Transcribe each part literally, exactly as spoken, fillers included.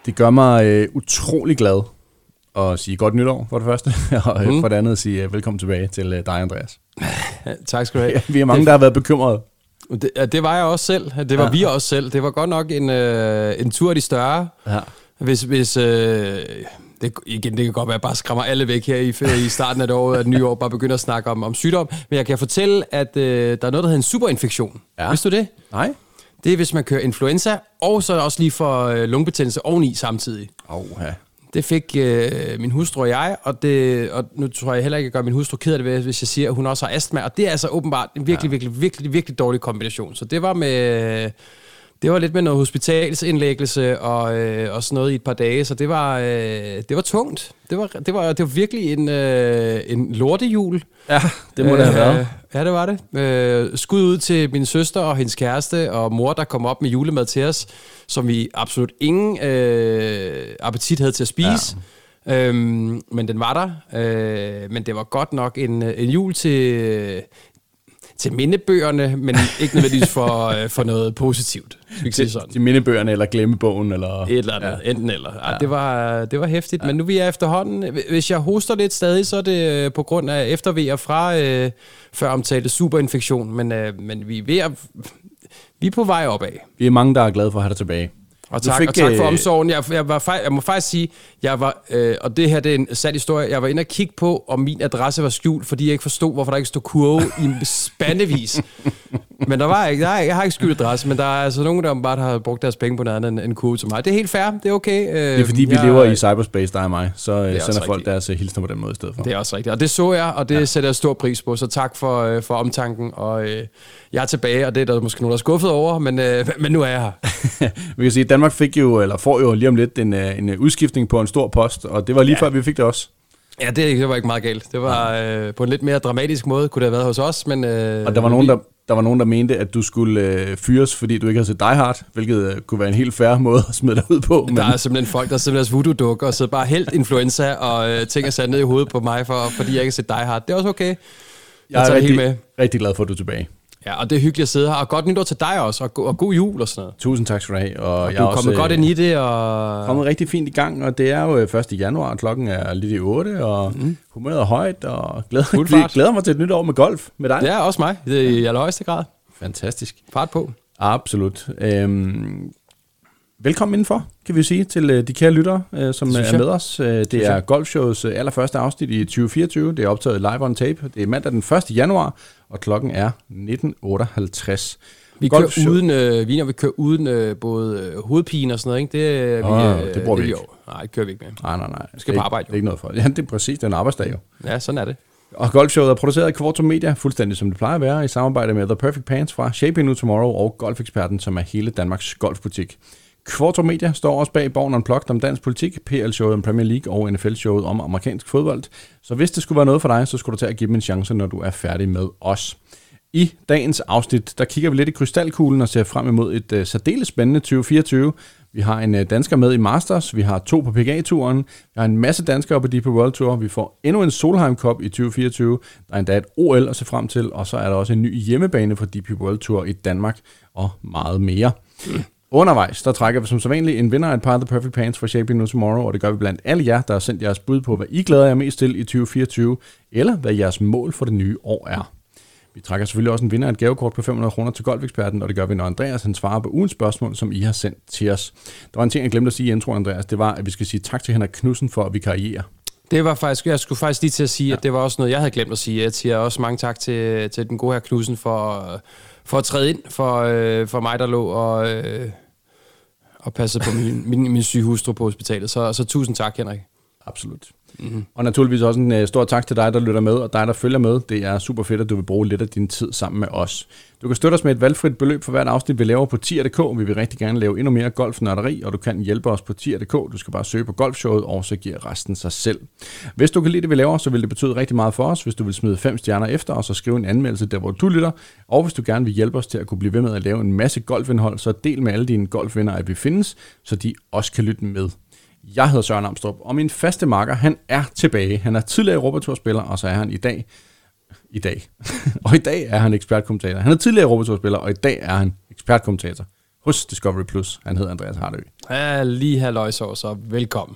Det gør mig øh, utrolig glad at sige godt nytår for det første, og mm. for det andet at sige uh, velkommen tilbage til uh, dig, Andreas. Ja, tak skal du have. Vi er mange, der har været bekymrede. Det, det var jeg også selv. Det var ja. vi også selv. Det var godt nok en, øh, en tur af de større. Ja. Hvis... hvis øh, Det, igen, det kan godt være, at jeg bare skræmmer alle væk her i, i starten af det år, at nye år bare begynder at snakke om, om sygdom. Men jeg kan fortælle, at øh, der er noget, der hedder en superinfektion. Ja. Vidste du det? Nej. Det er, hvis man kører influenza, og så også lige får øh, lungebetændelse oveni samtidig. Oh, ja. Det fik øh, min hustru og jeg, og, det, og nu tror jeg heller ikke, at jeg gør min hustru ked af det, hvis jeg siger, at hun også har astma. Og det er altså åbenbart en virkelig, ja. virkelig, virkelig, virkelig dårlig kombination. Så det var med... Det var lidt med noget hospitalsindlæggelse og, øh, og sådan noget i et par dage, så det var, øh, det var tungt. Det var, det var, det var virkelig en, øh, en lortejul. Ja, det må øh, det have været. Ja, det var det. Øh, skud ud til min søster og hendes kæreste og mor, der kom op med julemad til os, som vi absolut ingen øh, appetit havde til at spise. Ja. Øhm, men den var der. Øh, men det var godt nok en, en jul til... til mindebøgerne, men ikke nødvendigvis for, for noget positivt. Til, til mindebøgerne eller glemmebogen? Eller... Et eller andet, ja. enten eller. Ja. Ja, det, var, det var hæftigt, ja. Men nu vi er efterhånden. Hvis jeg hoster lidt stadig, så er det på grund af eftervejer fra øh, før omtalte superinfektion, men, øh, men vi er ved at, vi er på vej opad. Vi er mange, der er glade for at have dig tilbage. Og tak, fik, og tak for omsorgen. Jeg, jeg, var, jeg må faktisk sige, jeg var, øh, og det her det er en sand historie, jeg var inde og kigge på, om min adresse var skjult, fordi jeg ikke forstod, hvorfor der ikke stod kurve i spandevis. Men der var ikke, der er, jeg har ikke skjult adresse, men der er altså nogen, der bare har brugt deres penge på noget andet end en kurve til mig. Det er helt fair, det er okay. Øh, det er fordi, vi jeg, lever i cyberspace, der er mig, så øh, sender folk deres hilsner på den måde i stedet for. Det er også rigtigt, og det så jeg, og det ja. sætter jeg stor pris på, så tak for, øh, for omtanken, og øh, jeg er tilbage, og det er der måske nogen, der er skuffet over, men, øh, men nu er jeg her. Vi kan sige, at Danmark fik jo, eller får jo lige om lidt en, en udskiftning på en stor post, og det var lige ja. før, vi fik det også. Ja, det, det var ikke meget galt. Det var øh, på en lidt mere dramatisk måde, kunne det have været hos os, men... Øh, og der var, nogen, der, der var nogen, der mente, at du skulle øh, fyres, fordi du ikke havde set Die Hard, hvilket øh, kunne være en helt fair måde at smide dig ud på. Men... Der er simpelthen folk, der simpelthen voodoo-dukker, og sidder bare helt influenza, og øh, ting er sat ned i hovedet på mig, for, fordi jeg ikke har set Die Hard. Det er også okay. Jeg, jeg er rigtig, med. rigtig glad for, at du er tilbage. Ja, og det er hyggeligt at sidde her. Og godt nytår til dig også, og, go- og god jul og sådan noget. Tusind tak skal du have. Og, og jeg du er kommet også, godt ind i det. Og... kommet rigtig fint i gang, og det er jo første januar, klokken er lidt i otte, og mm. humøret er højt, og glæder, glæder mig til et nyt år med golf med dig. Det er også mig, det er i allerhøjeste grad. Fantastisk. Fart på. Absolut. Øhm, velkommen indenfor, kan vi sige, til øh, de kære lyttere, øh, som er med os. Øh, det er Golfshows øh, allerførste afsnit i tyve fireogtyve. Det er optaget live on tape. Det er mandag den første januar, og klokken er nitten otteoghalvtreds. Vi kører uden, øh, vi, vi kører uden øh, både øh, hovedpine og sådan noget, ikke? Det, oh, vi, øh, det bruger vi ikke. Nej, det kører vi ikke med. Nej, nej, nej. Vi skal på arbejde, jo. Det er ikke noget for. Ja, det er præcis, det er en arbejdsdag jo. Ja, sådan er det. Og Golfshowet er produceret af Kvartrup Media, fuldstændig som det plejer at være, i samarbejde med The Perfect Pants fra Shape New Tomorrow og Golfeksperten, som er hele Danmarks golfbutik. Kvartrup Media står også bag Born Unplugged om dansk politik, P L-showet om Premier League og N F L-showet om amerikansk fodbold. Så hvis det skulle være noget for dig, så skulle du tage at give dem en chance, når du er færdig med os. I dagens afsnit, der kigger vi lidt i krystalkuglen og ser frem imod et uh, særdeles spændende tyve fireogtyve. Vi har en uh, dansker med i Masters, vi har to på P G A-turen, vi har en masse danskere på D P World Tour, vi får endnu en Solheim Cup i tyve fireogtyve, der er endda et O L at se frem til, og så er der også en ny hjemmebane for D P World Tour i Danmark og meget mere. Mm. Undervejs, der trækker vi som sædvanligt en vinder af et par af The Perfect Pants for Shape New Tomorrow, og det gør vi blandt alle jer, der har sendt jeres bud på, hvad I glæder jer mest til i tyve fireogtyve, eller hvad jeres mål for det nye år er. Vi trækker selvfølgelig også en vinder af et gavekort på fem hundrede kroner til Golfeksperten, og det gør vi, når Andreas han svarer på ugens spørgsmål, som I har sendt til os. Der var en ting, jeg glemte at sige i introen, Andreas, det var, at vi skal sige tak til Henrik Knudsen for at vikariere. Det var faktisk, jeg skulle faktisk lige til at sige, ja. at det var også noget, jeg havde glemt at sige. Jeg siger også mange tak til, til den gode her Knudsen for, for at træde ind for, for mig, der lå og, og passede på min, min, min syge hustru på hospitalet. Så, så tusind tak, Henrik. Absolut. Mm-hmm. Og naturligvis også en uh, stor tak til dig, der lytter med, og dig, der følger med. Det er super fedt, at du vil bruge lidt af din tid sammen med os. Du kan støtte os med et valgfrit beløb for hvert afsnit, vi laver på tier punktum d k. Vi vil rigtig gerne lave endnu mere golfnørderi, og du kan hjælpe os på tier punktum d k. Du skal bare søge på Golfshowet, og så giver resten sig selv. Hvis du kan lide det, vi laver, så vil det betyde rigtig meget for os, hvis du vil smide fem stjerner efter os og skrive en anmeldelse der, hvor du lytter. Og hvis du gerne vil hjælpe os til at kunne blive ved med at lave en masse golfindhold, så del med alle dine golfvenner, at vi findes, så de også kan lytte med. Jeg hedder Søren Amstrup, og min faste makker, han er tilbage. Han er tidligere Europaturspiller, og så er han i dag... I dag. og i dag er han ekspertkommentator. Han er tidligere Europaturspiller, og i dag er han ekspertkommentator hos Discovery Plus. Han hedder Andreas Hardø. Ja, lige halløjsår, så velkommen.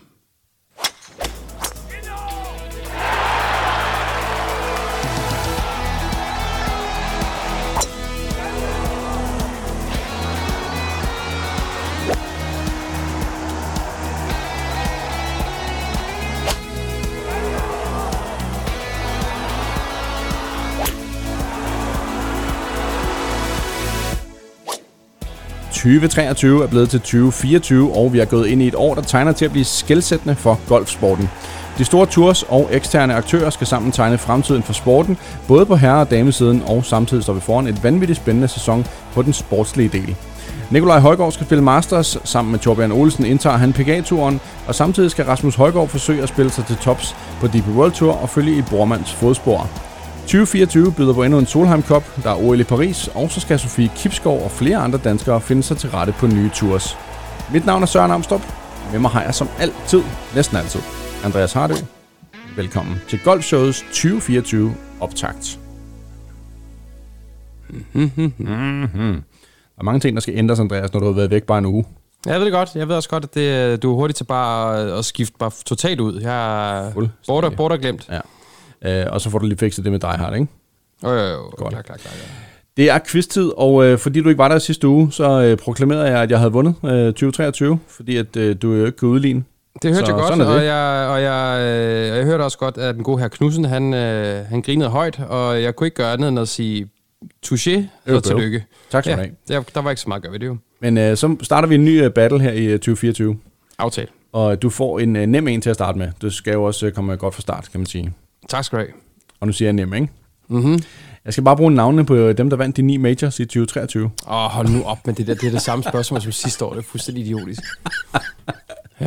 tyve treogtyve er blevet til tyve fireogtyve, og vi er gået ind i et år, der tegner til at blive skelsættende for golfsporten. De store tours og eksterne aktører skal sammen tegne fremtiden for sporten, både på herre- og damesiden, og samtidig står vi foran et vanvittigt spændende sæson på den sportslige del. Nikolaj Højgaard skal spille Masters, sammen med Torbjørn Olesen indtager han P G A-turen, og samtidig skal Rasmus Højgaard forsøge at spille sig til tops på D P World Tour og følge i Bormands fodspor. tyve fireogtyve byder på endnu en Solheim Cup, der er O L i Paris, og så skal Sofie Kipskov og flere andre danskere finde sig til rette på nye tours. Mit navn er Søren Amstrup. Med mig har jeg som altid, næsten altid, Andreas Hardø. Velkommen til Golfshowets tyve fireogtyve optakt. Mm-hmm. Mm-hmm. Der er mange ting, der skal ændres, Andreas, når du har været væk bare en uge. Jeg ved det godt. Jeg ved også godt, at det, du er hurtigt til bare at, at skifte bare totalt ud. Jeg er border, border glemt. Ja. Uh, og så får du lige fikset det med dig, Hart, ikke? Jo, jo, jo. Klar, klar, klar, ja. Det er quiz-tid, og uh, fordi du ikke var der sidste uge, så uh, proklamerede jeg, at jeg havde vundet uh, tyve treogtyve, fordi at uh, du jo ikke kan udligne. Det hørte så, jeg godt, og jeg, og, jeg, øh, og jeg hørte også godt, at den gode herr Knudsen, han, øh, han grinede højt, og jeg kunne ikke gøre andet end at sige touché og tillykke. Tak skal du ja, have. Der, der var ikke så meget at gøre ved det jo. Men uh, så starter vi en ny uh, battle her i uh, tyve fireogtyve. Aftale. Og du får en uh, nem en til at starte med. Du skal jo også uh, komme godt fra start, kan man sige. Tak skal du have. Og nu siger jeg nem, ikke? Mhm. Jeg skal bare bruge navnene på dem, der vandt de ni majors i tyve treogtyve. Åh, oh, hold nu op med det der. Det er det samme spørgsmål som sidste år. Det er fuldstændig idiotisk. øh...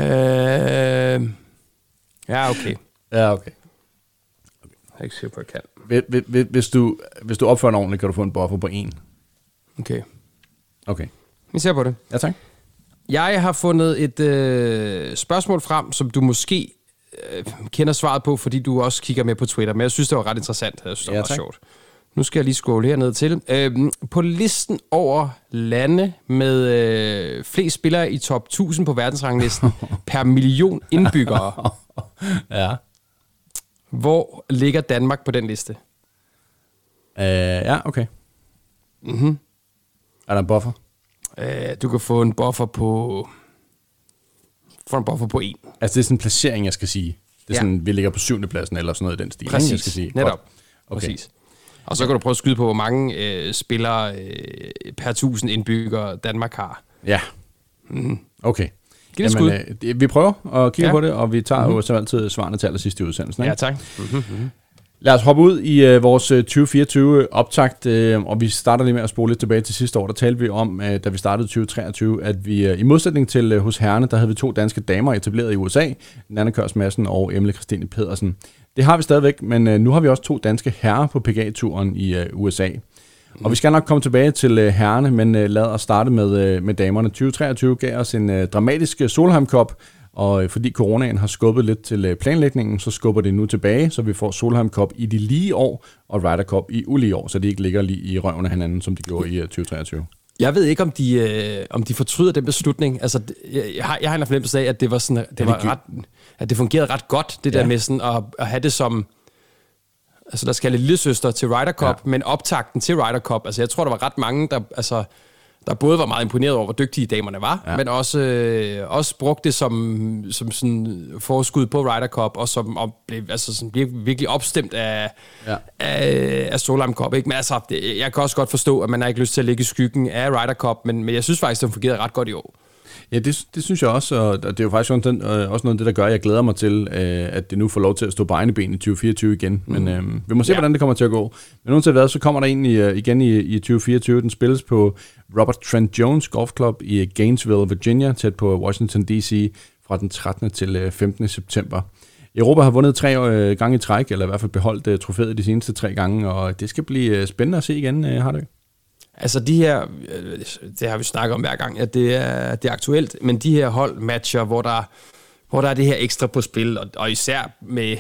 Ja, okay. Ja, okay. Jeg er ikke sikker på, at jeg kan. Hvis du, hvis du opfører en ordentligt, kan du få en buffer på en. Okay. Okay. Vi ser på det. Ja, tak. Jeg har fundet et øh, spørgsmål frem, som du måske øh, kender svaret på, fordi du også kigger med på Twitter. Men jeg synes, det var ret interessant. Jeg synes, det var ja, sjovt. Nu skal jeg lige scrolle herned til. Øhm, på listen over lande med øh, flest spillere i top tusind på verdensranglisten per million indbyggere. Ja. Hvor ligger Danmark på den liste? Uh, ja, okay. Mhm. Er der en buffer? Uh, du kan få en buffer på... Få en buffer på en. Altså, det er sådan en placering, jeg skal sige. Det er ja. Sådan, vi ligger på syvende pladsen, eller sådan noget i den stil. Præcis, jeg skal sige. netop. Okay. Præcis. Og så kan du prøve at skyde på, hvor mange øh, spillere øh, per tusind indbyggere Danmark har. Ja. Mm. Okay. Giv det skud. Øh, vi prøver at kigge ja. på det, og vi tager mm-hmm. jo så altid svarene til allersidst i udsendelsen. Ikke? Ja, tak. Mm-hmm. Lad os hoppe ud i øh, vores tyve fireogtyve optakt, øh, og vi starter lige med at spole lidt tilbage til sidste år. Der talte vi om, øh, da vi startede tyve treogtyve, at vi øh, i modsætning til øh, hos herrene, der havde vi to danske damer etableret i U S A, Nanna Kørs Madsen og Emily Christine Pedersen. Det har vi stadigvæk, men øh, nu har vi også to danske herrer på P G A-turen i øh, U S A. Mm. Og vi skal nok komme tilbage til øh, herrerne, men øh, lad os starte med, øh, med damerne. tyve treogtyve gav os en øh, dramatisk Solheim Cup, og øh, fordi coronaen har skubbet lidt til øh, planlægningen, så skubber det nu tilbage, så vi får Solheim Cup i de lige år, og Ryder Cup i ulige år, så de ikke ligger lige i røven af hinanden, som de gjorde i øh, tyve treogtyve. Jeg ved ikke, om de, øh, om de fortryder den beslutning. Altså, jeg, jeg har, jeg har en fornemmelse af, at det var sådan, det, det var ret, at det fungerede ret godt, det ja. der med sådan at, at have det som, altså der skal lidt lille søster til Ryder Cup, ja. men optakten til Ryder Cup, altså jeg tror, der var ret mange, der, altså, der både var meget imponeret over, hvor dygtige damerne var, ja. men også, øh, også brugte det som, som sådan forskud på Ryder Cup, og som og blev, altså, sådan, blev virkelig opstemt af, ja. af, af Solheim Cup. Ikke? Men altså, det, jeg kan også godt forstå, at man har ikke lyst til at ligge i skyggen af Ryder Cup, men, men jeg synes faktisk, det fungerede ret godt i år. Ja, det, det synes jeg også, og det er jo faktisk også, den, øh, også noget af det, der gør, at jeg glæder mig til, øh, at det nu får lov til at stå på egne ben i tyve fireogtyve igen. Mm. Men øh, vi må se, ja. hvordan det kommer til at gå. Men uanset hvad, så kommer der egentlig øh, igen i, i tyve fireogtyve. Den spilles på Robert Trent Jones Golf Club i Gainesville, Virginia, tæt på Washington D C fra den trettende til femtende september. Europa har vundet tre øh, gange i træk, eller i hvert fald beholdt øh, trofæet de seneste tre gange, og det skal blive øh, spændende at se igen, øh, har det. Altså de her, det har vi snakket om hver gang, at det er, det er aktuelt, men de her holdmatcher, hvor der, hvor der er det her ekstra på spil, og, og især med,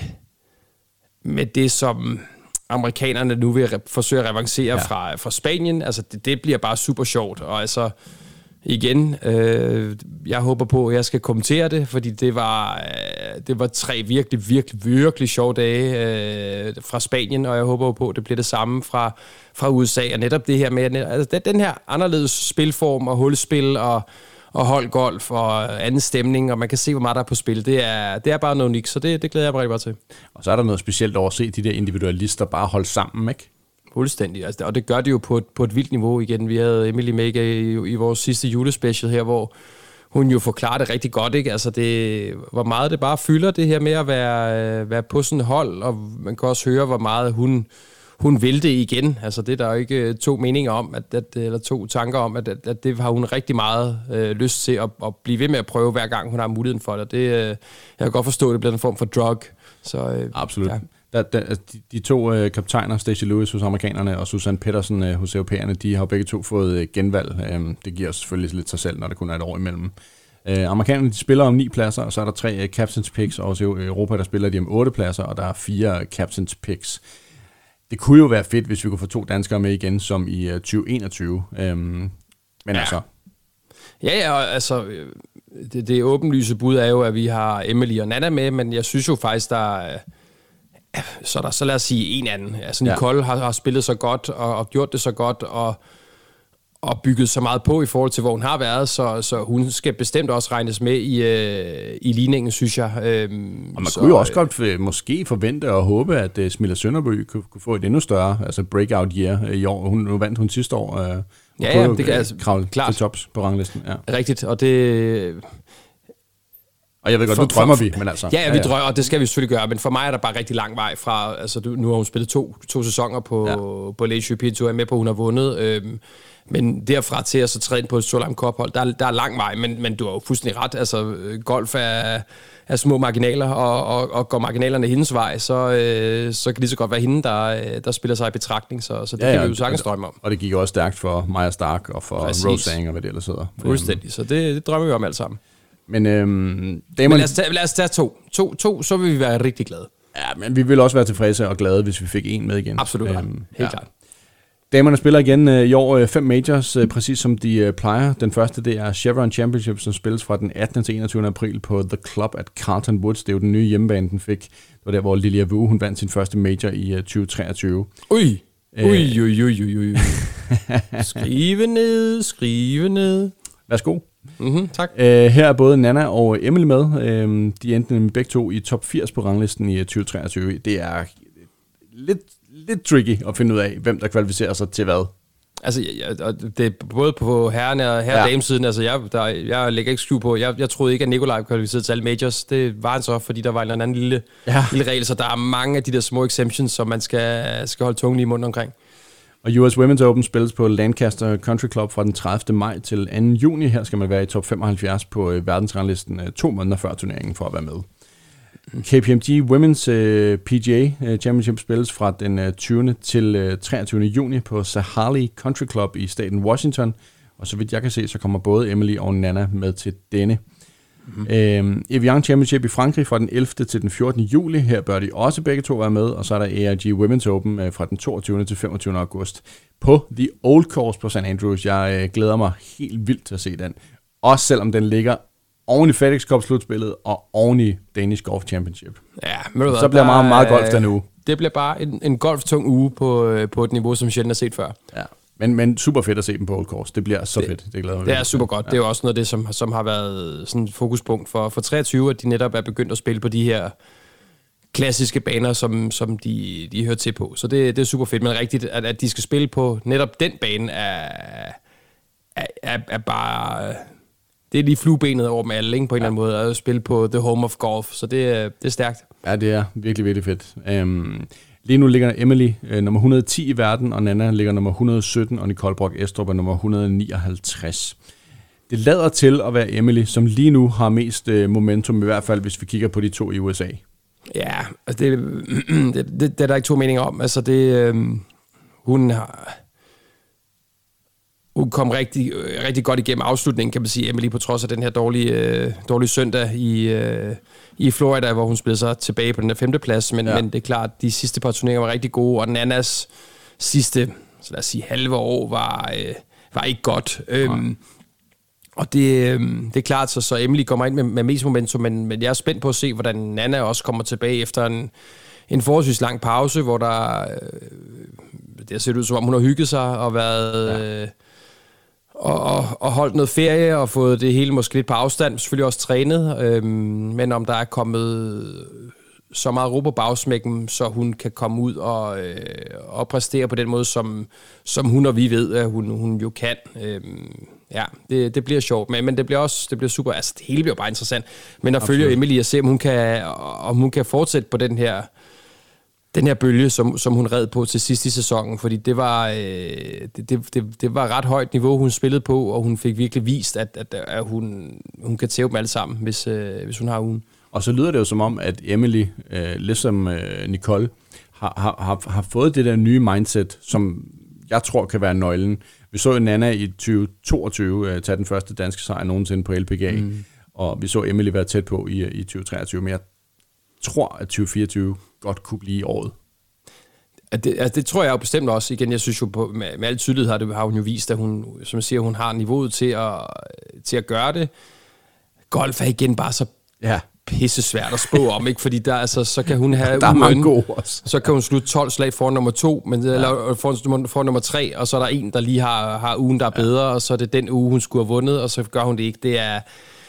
med det, som amerikanerne nu vil re- forsøge at revancere ja. fra, fra Spanien, altså det, det bliver bare super sjovt, og altså igen. Øh, jeg håber på, at jeg skal kommentere det, fordi det var, øh, det var tre virkelig, virkelig, virkelig sjove dage øh, fra Spanien, og jeg håber på, at det bliver det samme fra, fra U S A. Og netop det her med, altså den her anderledes spilform og hulspil og, og holdgolf og anden stemning, og man kan se, hvor meget der er på spil. Det er, det er bare noget unikt, så det, det glæder jeg mig rigtig meget til. Og så er der noget specielt over at se de der individualister bare holde sammen, ikke? Fuldstændig, altså, og det gør det jo på et, på et vildt niveau igen. Vi havde Emily Mega i, i vores sidste julespecial her, hvor hun jo forklarer det rigtig godt, ikke? Altså det, hvor meget det bare fylder det her med at være, være på sådan et hold, og man kan også høre, hvor meget hun, hun vil det igen. Altså det er der jo ikke to meninger om, at, at, eller to tanker om, at, at, at det har hun rigtig meget øh, lyst til at, at blive ved med at prøve, hver gang hun har muligheden for det. det øh, jeg kan godt forstå, at det bliver en form for drug. Så, øh, Absolut. Ja. Der, der, de, de to øh, kaptajner, Stacey Lewis hos amerikanerne og Susan Pettersen øh, hos europæerne, de har jo begge to fået øh, genvalg. Øh, det giver selvfølgelig lidt sig selv, når det kun er et år imellem. Øh, amerikanerne, de spiller om ni pladser, og så er der tre øh, captains picks, og også i Europa, der spiller de om otte pladser, og der er fire øh, captains picks. Det kunne jo være fedt, hvis vi kunne få to danskere med igen, som i øh, tyve enogtyve. Øh, men ja. altså... Ja, ja, altså, det, det åbenlyse bud er jo, at vi har Emily og Nana med, men jeg synes jo faktisk, der er... Så, der, så lad os sige en anden. Altså Nicole ja. har, har spillet så godt og, og gjort det så godt og, og bygget så meget på i forhold til, hvor hun har været, så, så hun skal bestemt også regnes med i, øh, i ligningen, synes jeg. Øhm, og man så, kunne jo også godt øh, måske forvente og håbe, at uh, Smilla Sønderby kunne, kunne få et endnu større altså breakout year øh, i år. Hun, nu vandt hun sidste år øh, og ja, ja, det kan øh, altså, kravle klart. til tops på ranglisten. Ja. Rigtigt, og det... Og jeg ved godt, for, nu drømmer for, vi, men altså... Ja, ja, vi drømmer, og det skal vi selvfølgelig gøre, men for mig er der bare rigtig lang vej fra... Altså, du, nu har hun spillet to, to sæsoner på, ja. på Ladies European Tour, jeg er med på, at hun har vundet. Øhm, men derfra til at så træde ind på et Solheim Cup-hold, der, der er lang vej, men, men du har jo fuldstændig ret. Altså, golf er, er små marginaler, og, og, og går marginalerne hendes vej, så, øh, så kan det lige så godt være hende, der, der spiller sig i betragtning, så, så det ja, kan ja, vi jo sagtens drømme om. Og det gik også stærkt for Maja Stark og for Rosang og hvad det ellers hedder. Fuldstændig, så det, det drømmer vi om alt sammen. Men, øhm, men lad, os tage, lad os tage to. to. To, så vil vi være rigtig glade. Ja, men vi vil også være tilfredse og glade, hvis vi fik en med igen. Absolut, øhm, helt ja. klart. Damerne spiller igen øh, i år øh, fem majors, øh, præcis som de øh, plejer. Den første, det er Chevron Championship, som spilles fra den attende til enogtyvende april på The Club at Carlton Woods. Det er jo den nye hjemmebane, den fik. Det var der, hvor Lilia Wu, hun vandt sin første major i øh, tyve treogtyve. Ui, ui, ui, ui, ui. Skrive ned, skrive ned. Værsgo. Mm-hmm, tak. Æh, her er både Nana og Emily med. Æm, de endte med begge to i top firs på ranglisten i tyve treogtyve. Det er lidt, lidt tricky at finde ud af, hvem der kvalificerer sig til hvad. Altså, jeg, det er både på herrene og herre- og ja. damesiden. Altså, jeg, der, jeg lægger ikke skjul på. Jeg, jeg troede ikke, at Nikolaj kvalificerede til alle majors. Det var han så, fordi der var en eller anden lille, ja. lille regel. Så der er mange af de der små exemptions, som man skal, skal holde tungen i munden omkring. Og U S Women's Open spilles på Lancaster Country Club fra den tredivte maj til anden juni. Her skal man være i top femoghalvfjerds på øh, verdensranglisten øh, to måneder før turneringen for at være med. K P M G Women's øh, P G A øh, Championship spilles fra den øh, tyvende til øh, treogtyvende juni på Sahali Country Club i staten Washington. Og så vidt jeg kan se, så kommer både Emily og Nana med til denne. Mm-hmm. Øhm, Evian Championship i Frankrig fra den ellevte til den fjortende juli. Her bør de også begge to være med. Og så er der A I G Women's Open øh, fra den toogtyvende til femogtyvende august på The Old Course på Saint Andrews. Jeg øh, glæder mig helt vildt til at se den. Også selvom den ligger oven i FedEx Cup slutspillet og oven i Danish Golf Championship. Ja, men så bliver meget, meget golf den uge. Det bliver bare en, en golftung uge på, på et niveau, som sjældent har set før. Ja. Men, men super fedt at se dem på Old Course. Det bliver så det, fedt. Det glæder mig. Det er super godt. Ja. Det er jo også noget af det, som, som har været sådan et fokuspunkt for, for treogtyve, at de netop er begyndt at spille på de her klassiske baner, som, som de, de hører til på. Så det, det er super fedt. Men rigtigt, at, at de skal spille på netop den bane, er, er, er, er bare... Det er lige fluebenet over dem alle, ikke? På en ja. eller anden måde, at spille på The Home of Golf. Så det, det er stærkt. Ja, det er virkelig, virkelig fedt. Um, lige nu ligger Emily uh, nummer et hundrede og ti i verden, og Nana ligger nummer et hundrede og sytten, og Nicole Brock Estrup er nummer et hundrede og nioghalvtreds. Det lader til at være Emily, som lige nu har mest uh, momentum, i hvert fald hvis vi kigger på de to i U S A. Ja, altså det, det, det, det er der ikke to meninger om. Altså det, øh, hun har... Hun kom rigtig, rigtig godt igennem afslutningen, kan man sige, Emily, på trods af den her dårlige, øh, dårlige søndag i, øh, i Florida, hvor hun spillede sig tilbage på den her femteplads. Men, ja. men det er klart, at de sidste par turneringer var rigtig gode, og Nanas sidste, så lad os sige, halve år var, øh, var ikke godt. Øhm, Og det, det er klart, så, så Emily kommer ind med, med mest momentum, men, men jeg er spændt på at se, hvordan Nanna også kommer tilbage efter en, en forholdsvis lang pause, hvor der øh, det ser ud som om, hun har hygget sig og været... Ja. Øh, og, og, og holdt noget ferie og fået det hele måske lidt på afstand, selvfølgelig også trænet, øh, men om der er kommet så meget ro på bagsmækken, så hun kan komme ud og, øh, og præstere på den måde, som, som hun og vi ved, at hun, hun jo kan. Øh, ja, det, det bliver sjovt, men, men det bliver også det bliver super, altså det hele bliver bare interessant. Men at følge Emily og se, om hun kan, om hun kan fortsætte på den her, den her bølge, som, som hun red på til sidst i sæsonen, fordi det var, øh, det, det, det, det var ret højt niveau, hun spillede på, og hun fik virkelig vist, at, at, at hun, hun kan tæve dem alle sammen, hvis, øh, hvis hun har ugen. Og så lyder det jo som om, at Emily, øh, ligesom øh, Nicole, har, har, har fået det der nye mindset, som jeg tror kan være nøglen. Vi så jo Nanna i tyve toogtyve øh, tage den første danske sejr nogensinde på L P G A, mm. og vi så Emily være tæt på i, i tyve treogtyve, men jeg tror, at tyve fireogtyve godt kunne blive året. Det, altså det tror jeg jo bestemt også. Igen, jeg synes jo, på, med, med al tydelighed har, det, har hun jo vist, at hun, som jeg siger, hun har niveauet til at, til at gøre det. Golf er igen bare så ja. pisse svært at spå om, ikke? Fordi der, altså, så kan hun have der er mange gode også. Så kan hun slutte tolv slag for nummer to, men, ja. eller for, for nummer tre, og så er der en, der lige har, har ugen, der er bedre, ja. og så er det den uge, hun skulle have vundet, og så gør hun det ikke. Det er...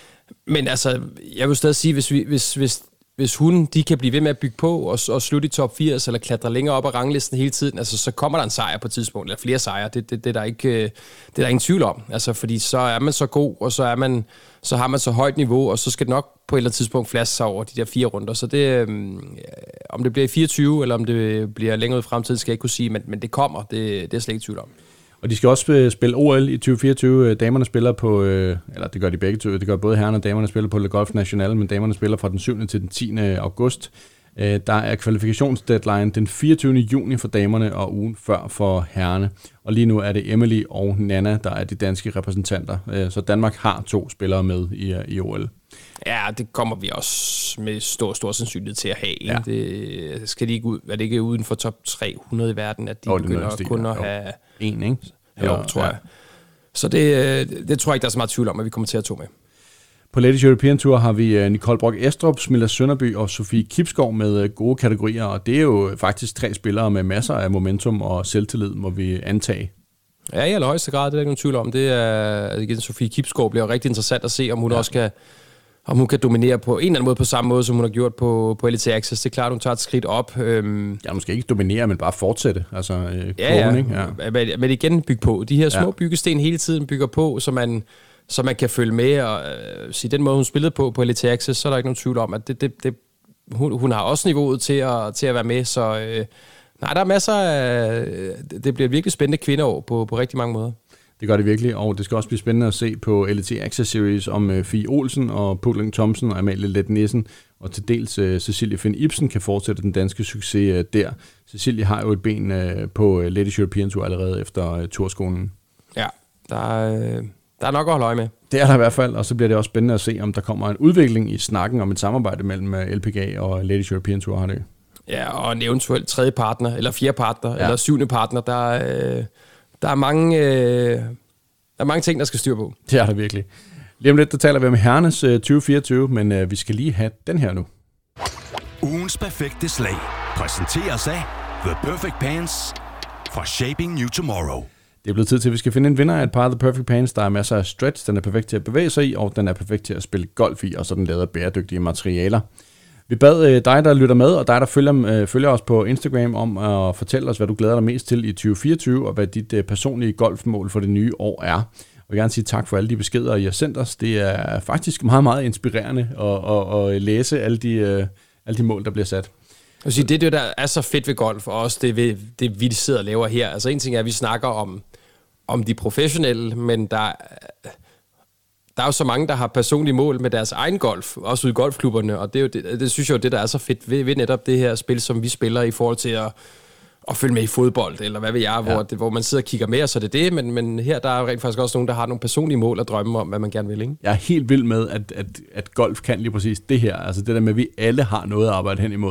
Men altså, jeg vil stadig sige, hvis, vi, hvis, hvis Hvis hun, de kan blive ved med at bygge på og, og slutte i top firs, eller klatre længere op ad ranglisten hele tiden, altså, så kommer der en sejr på et tidspunkt, eller flere sejre. Det, det, det, er der ikke, det er der ingen tvivl om. Altså, fordi så er man så god, og så, er man, så har man så højt niveau, og så skal det nok på et eller andet tidspunkt flaske sig over de der fire runder. Så det, øh, om det bliver i fireogtyve, eller om det bliver længere ud i fremtiden, skal jeg ikke kunne sige, men, men det kommer. Det, det er jeg slet ikke tvivl om. Og de skal også spille O L i tyve fireogtyve. Damerne spiller på, eller det gør de begge to, det gør både herrerne og damerne spiller på Le Golf National, men damerne spiller fra den syvende til den tiende august. Der er kvalifikationsdeadline den fireogtyvende juni for damerne og ugen før for herrerne. Og lige nu er det Emily og Nanna, der er de danske repræsentanter. Så Danmark har to spillere med i, i O L. Ja, det kommer vi også med stor, stor sandsynlighed til at have. Ja. Det, skal de ikke ud, er det ikke uden for top tre hundrede i verden, at de oh, begynder stil, kun at jo. have... En, ikke? Jo, ja, tror ja. jeg. Så det, det tror jeg ikke, der er så meget tvivl om, at vi kommer til at tage med. På Ladies European Tour har vi Nicole Brock Estrup, Smilla Sønderby og Sofie Kibsgaard med gode kategorier, og det er jo faktisk tre spillere med masser af momentum og selvtillid, må vi antage. Ja, i allerhøjeste grad, det er der ikke nogen tvivl om. Det er, igen, Sofie Kibsgaard bliver rigtig interessant at se, om hun ja. også kan... om hun kan dominere på en eller anden måde, på samme måde, som hun har gjort på, på L T Access. Det er klart, hun tager et skridt op. Øhm. Ja, måske ikke dominere, men bare fortsætte. Altså, øh, ja, ja. Ikke? ja. Men, men igen, bygge på. De her små ja. byggesten hele tiden bygger på, så man, så man kan følge med. Og øh, sige, den måde, hun spillede på på L T Access, så er der ikke nogen tvivl om, at det, det, det, hun, hun har også niveauet til at, til at være med. Så øh, nej, der er masser af... Det bliver et virkelig spændende kvindeår på, på rigtig mange måder. Det gør det virkelig, og det skal også blive spændende at se på L T Access Series om uh, Fie Olsen og Pukling Thomsen og Amalie Leth Nissen, og til dels uh, Cecilie Finn Ibsen kan fortsætte den danske succes uh, der. Cecilie har jo et ben uh, på uh, Ladies European Tour allerede efter uh, turskolen. Ja, der er, der er nok at holde øje med. Det er der i hvert fald, og så bliver det også spændende at se, om der kommer en udvikling i snakken om et samarbejde mellem uh, L P G A og Ladies European Tour, har det. Ja, og en eventuelt tredje partner, eller fjerde partner, ja. eller syvende partner. Der, uh, der er mange... Uh, Der er mange ting, der skal styre på. Det er der virkelig. Lige om lidt, der taler vi om herrenes uh, tyve fireogtyve, men uh, vi skal lige have den her nu. Ugens perfekte slag præsenteres af The Perfect Pants fra Shaping New Tomorrow. Det er blevet tid til, at vi skal finde en vinder af et par af The Perfect Pants. Der er masser af stretch, den er perfekt til at bevæge sig i, og den er perfekt til at spille golf i, og så den lavet af bæredygtige materialer. Vi bad øh, dig, der lytter med, og dig, der følger, øh, følger os på Instagram, om at fortælle os, hvad du glæder dig mest til i tyve fireogtyve, og hvad dit øh, personlige golfmål for det nye år er. Og jeg vil gerne sige tak for alle de beskeder, I har sendt os. Det er faktisk meget, meget inspirerende at, at, at læse alle de, øh, alle de mål, der bliver sat. Jeg sige, det er det, der er så fedt ved golf, og også det, ved, det vi sidder og laver her. Altså en ting er, at vi snakker om, om de professionelle, men der Der er jo så mange, der har personlige mål med deres egen golf, også ude i golfklubberne, og det, er jo det, det synes jeg jo, det der er så fedt ved, ved netop det her spil, som vi spiller i forhold til at, at følge med i fodbold, eller hvad ved jeg, ja. hvor, det, hvor man sidder og kigger med, og så er det det, men, men her der er rent faktisk også nogen, der har nogle personlige mål og drømme om, hvad man gerne vil, ikke? Jeg er helt vild med, at, at, at golf kan lige præcis det her, altså det der med, at vi alle har noget at arbejde hen imod.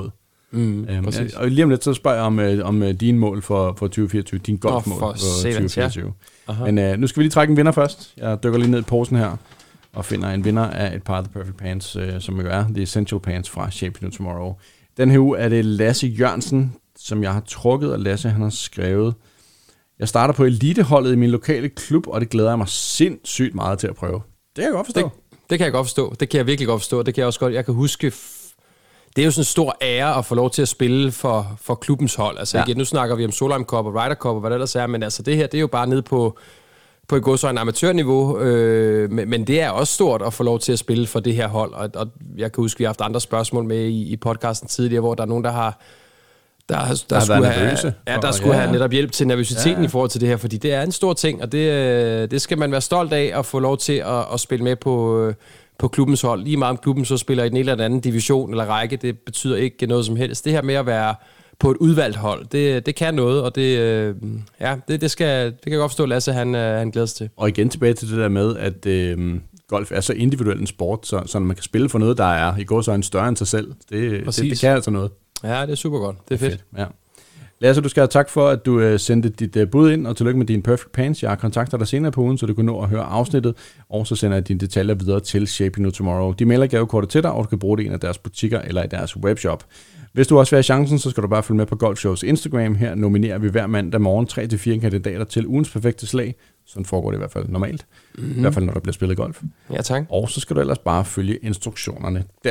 Mm, øhm, og lige om lidt, så spørger jeg om, øh, om øh, dine mål for, for tyve fireogtyve, din golfmål oh, for, for tyve fireogtyve. Ja. Men øh, nu skal vi lige trække en vinder først. Jeg dykker lige ned i posen her, og finder en vinder af et par af The Perfect Pants, øh, som jo er The Essential Pants fra Shape You Tomorrow. Den her uge er det Lasse Jørgensen, som jeg har trukket, og Lasse han har skrevet: jeg starter på eliteholdet i min lokale klub, og det glæder jeg mig sindssygt meget til at prøve. Det kan jeg godt forstå. Det, det kan jeg godt forstå. Det kan jeg virkelig godt forstå. Det kan jeg også godt. Jeg kan huske, det er jo sådan en stor ære at få lov til at spille for, for klubbens hold. Altså ja. igen, nu snakker vi om Solheim Cup og Ryder Cup og hvad det ellers er, men altså det her, det er jo bare nede på, på et godsøjne amatørniveau, øh, men, men det er også stort at få lov til at spille for det her hold, og, og jeg kan huske, vi har haft andre spørgsmål med i, i podcasten tidligere, hvor der er nogen, der har Der, der, der skulle, have, ja, der skulle ja, ja. have netop hjælp til nervøsiteten ja, ja. i forhold til det her, fordi det er en stor ting, og det, det skal man være stolt af at få lov til at, at spille med på, på klubbens hold. Lige meget om klubben så spiller i den ene eller anden division eller række, det betyder ikke noget som helst. Det her med at være på et udvalgt hold, det, det kan noget, og det, ja, det, det, skal, det kan jeg godt forstå, Lasse, han, han glæder sig til. Og igen tilbage til det der med, at øh, golf er så individuel en sport, så, så man kan spille for noget, der er i går så en større end sig selv. Det, det, det kan altså noget. Ja, det er super godt. Det er fedt. fedt. Ja. Lasse, du skal have tak for, at du uh, sendte dit uh, bud ind, og tillykke med din Perfect Pants. Jeg har kontakter dig senere på ugen, så du kan nå at høre afsnittet, og så sender jeg dine detaljer videre til Shape You Tomorrow. De mailer gavekortet til dig, og du kan bruge det i en af deres butikker eller i deres webshop. Hvis du også vil have chancen, så skal du bare følge med på Golf Shows Instagram. Her nominerer vi hver mandag morgen tre til fire kandidater til ugens perfekte slag. Sådan foregår det i hvert fald normalt. Mm-hmm. I hvert fald, når der bliver spillet golf. Ja, tak. Og så skal du ellers bare følge instruktionerne der.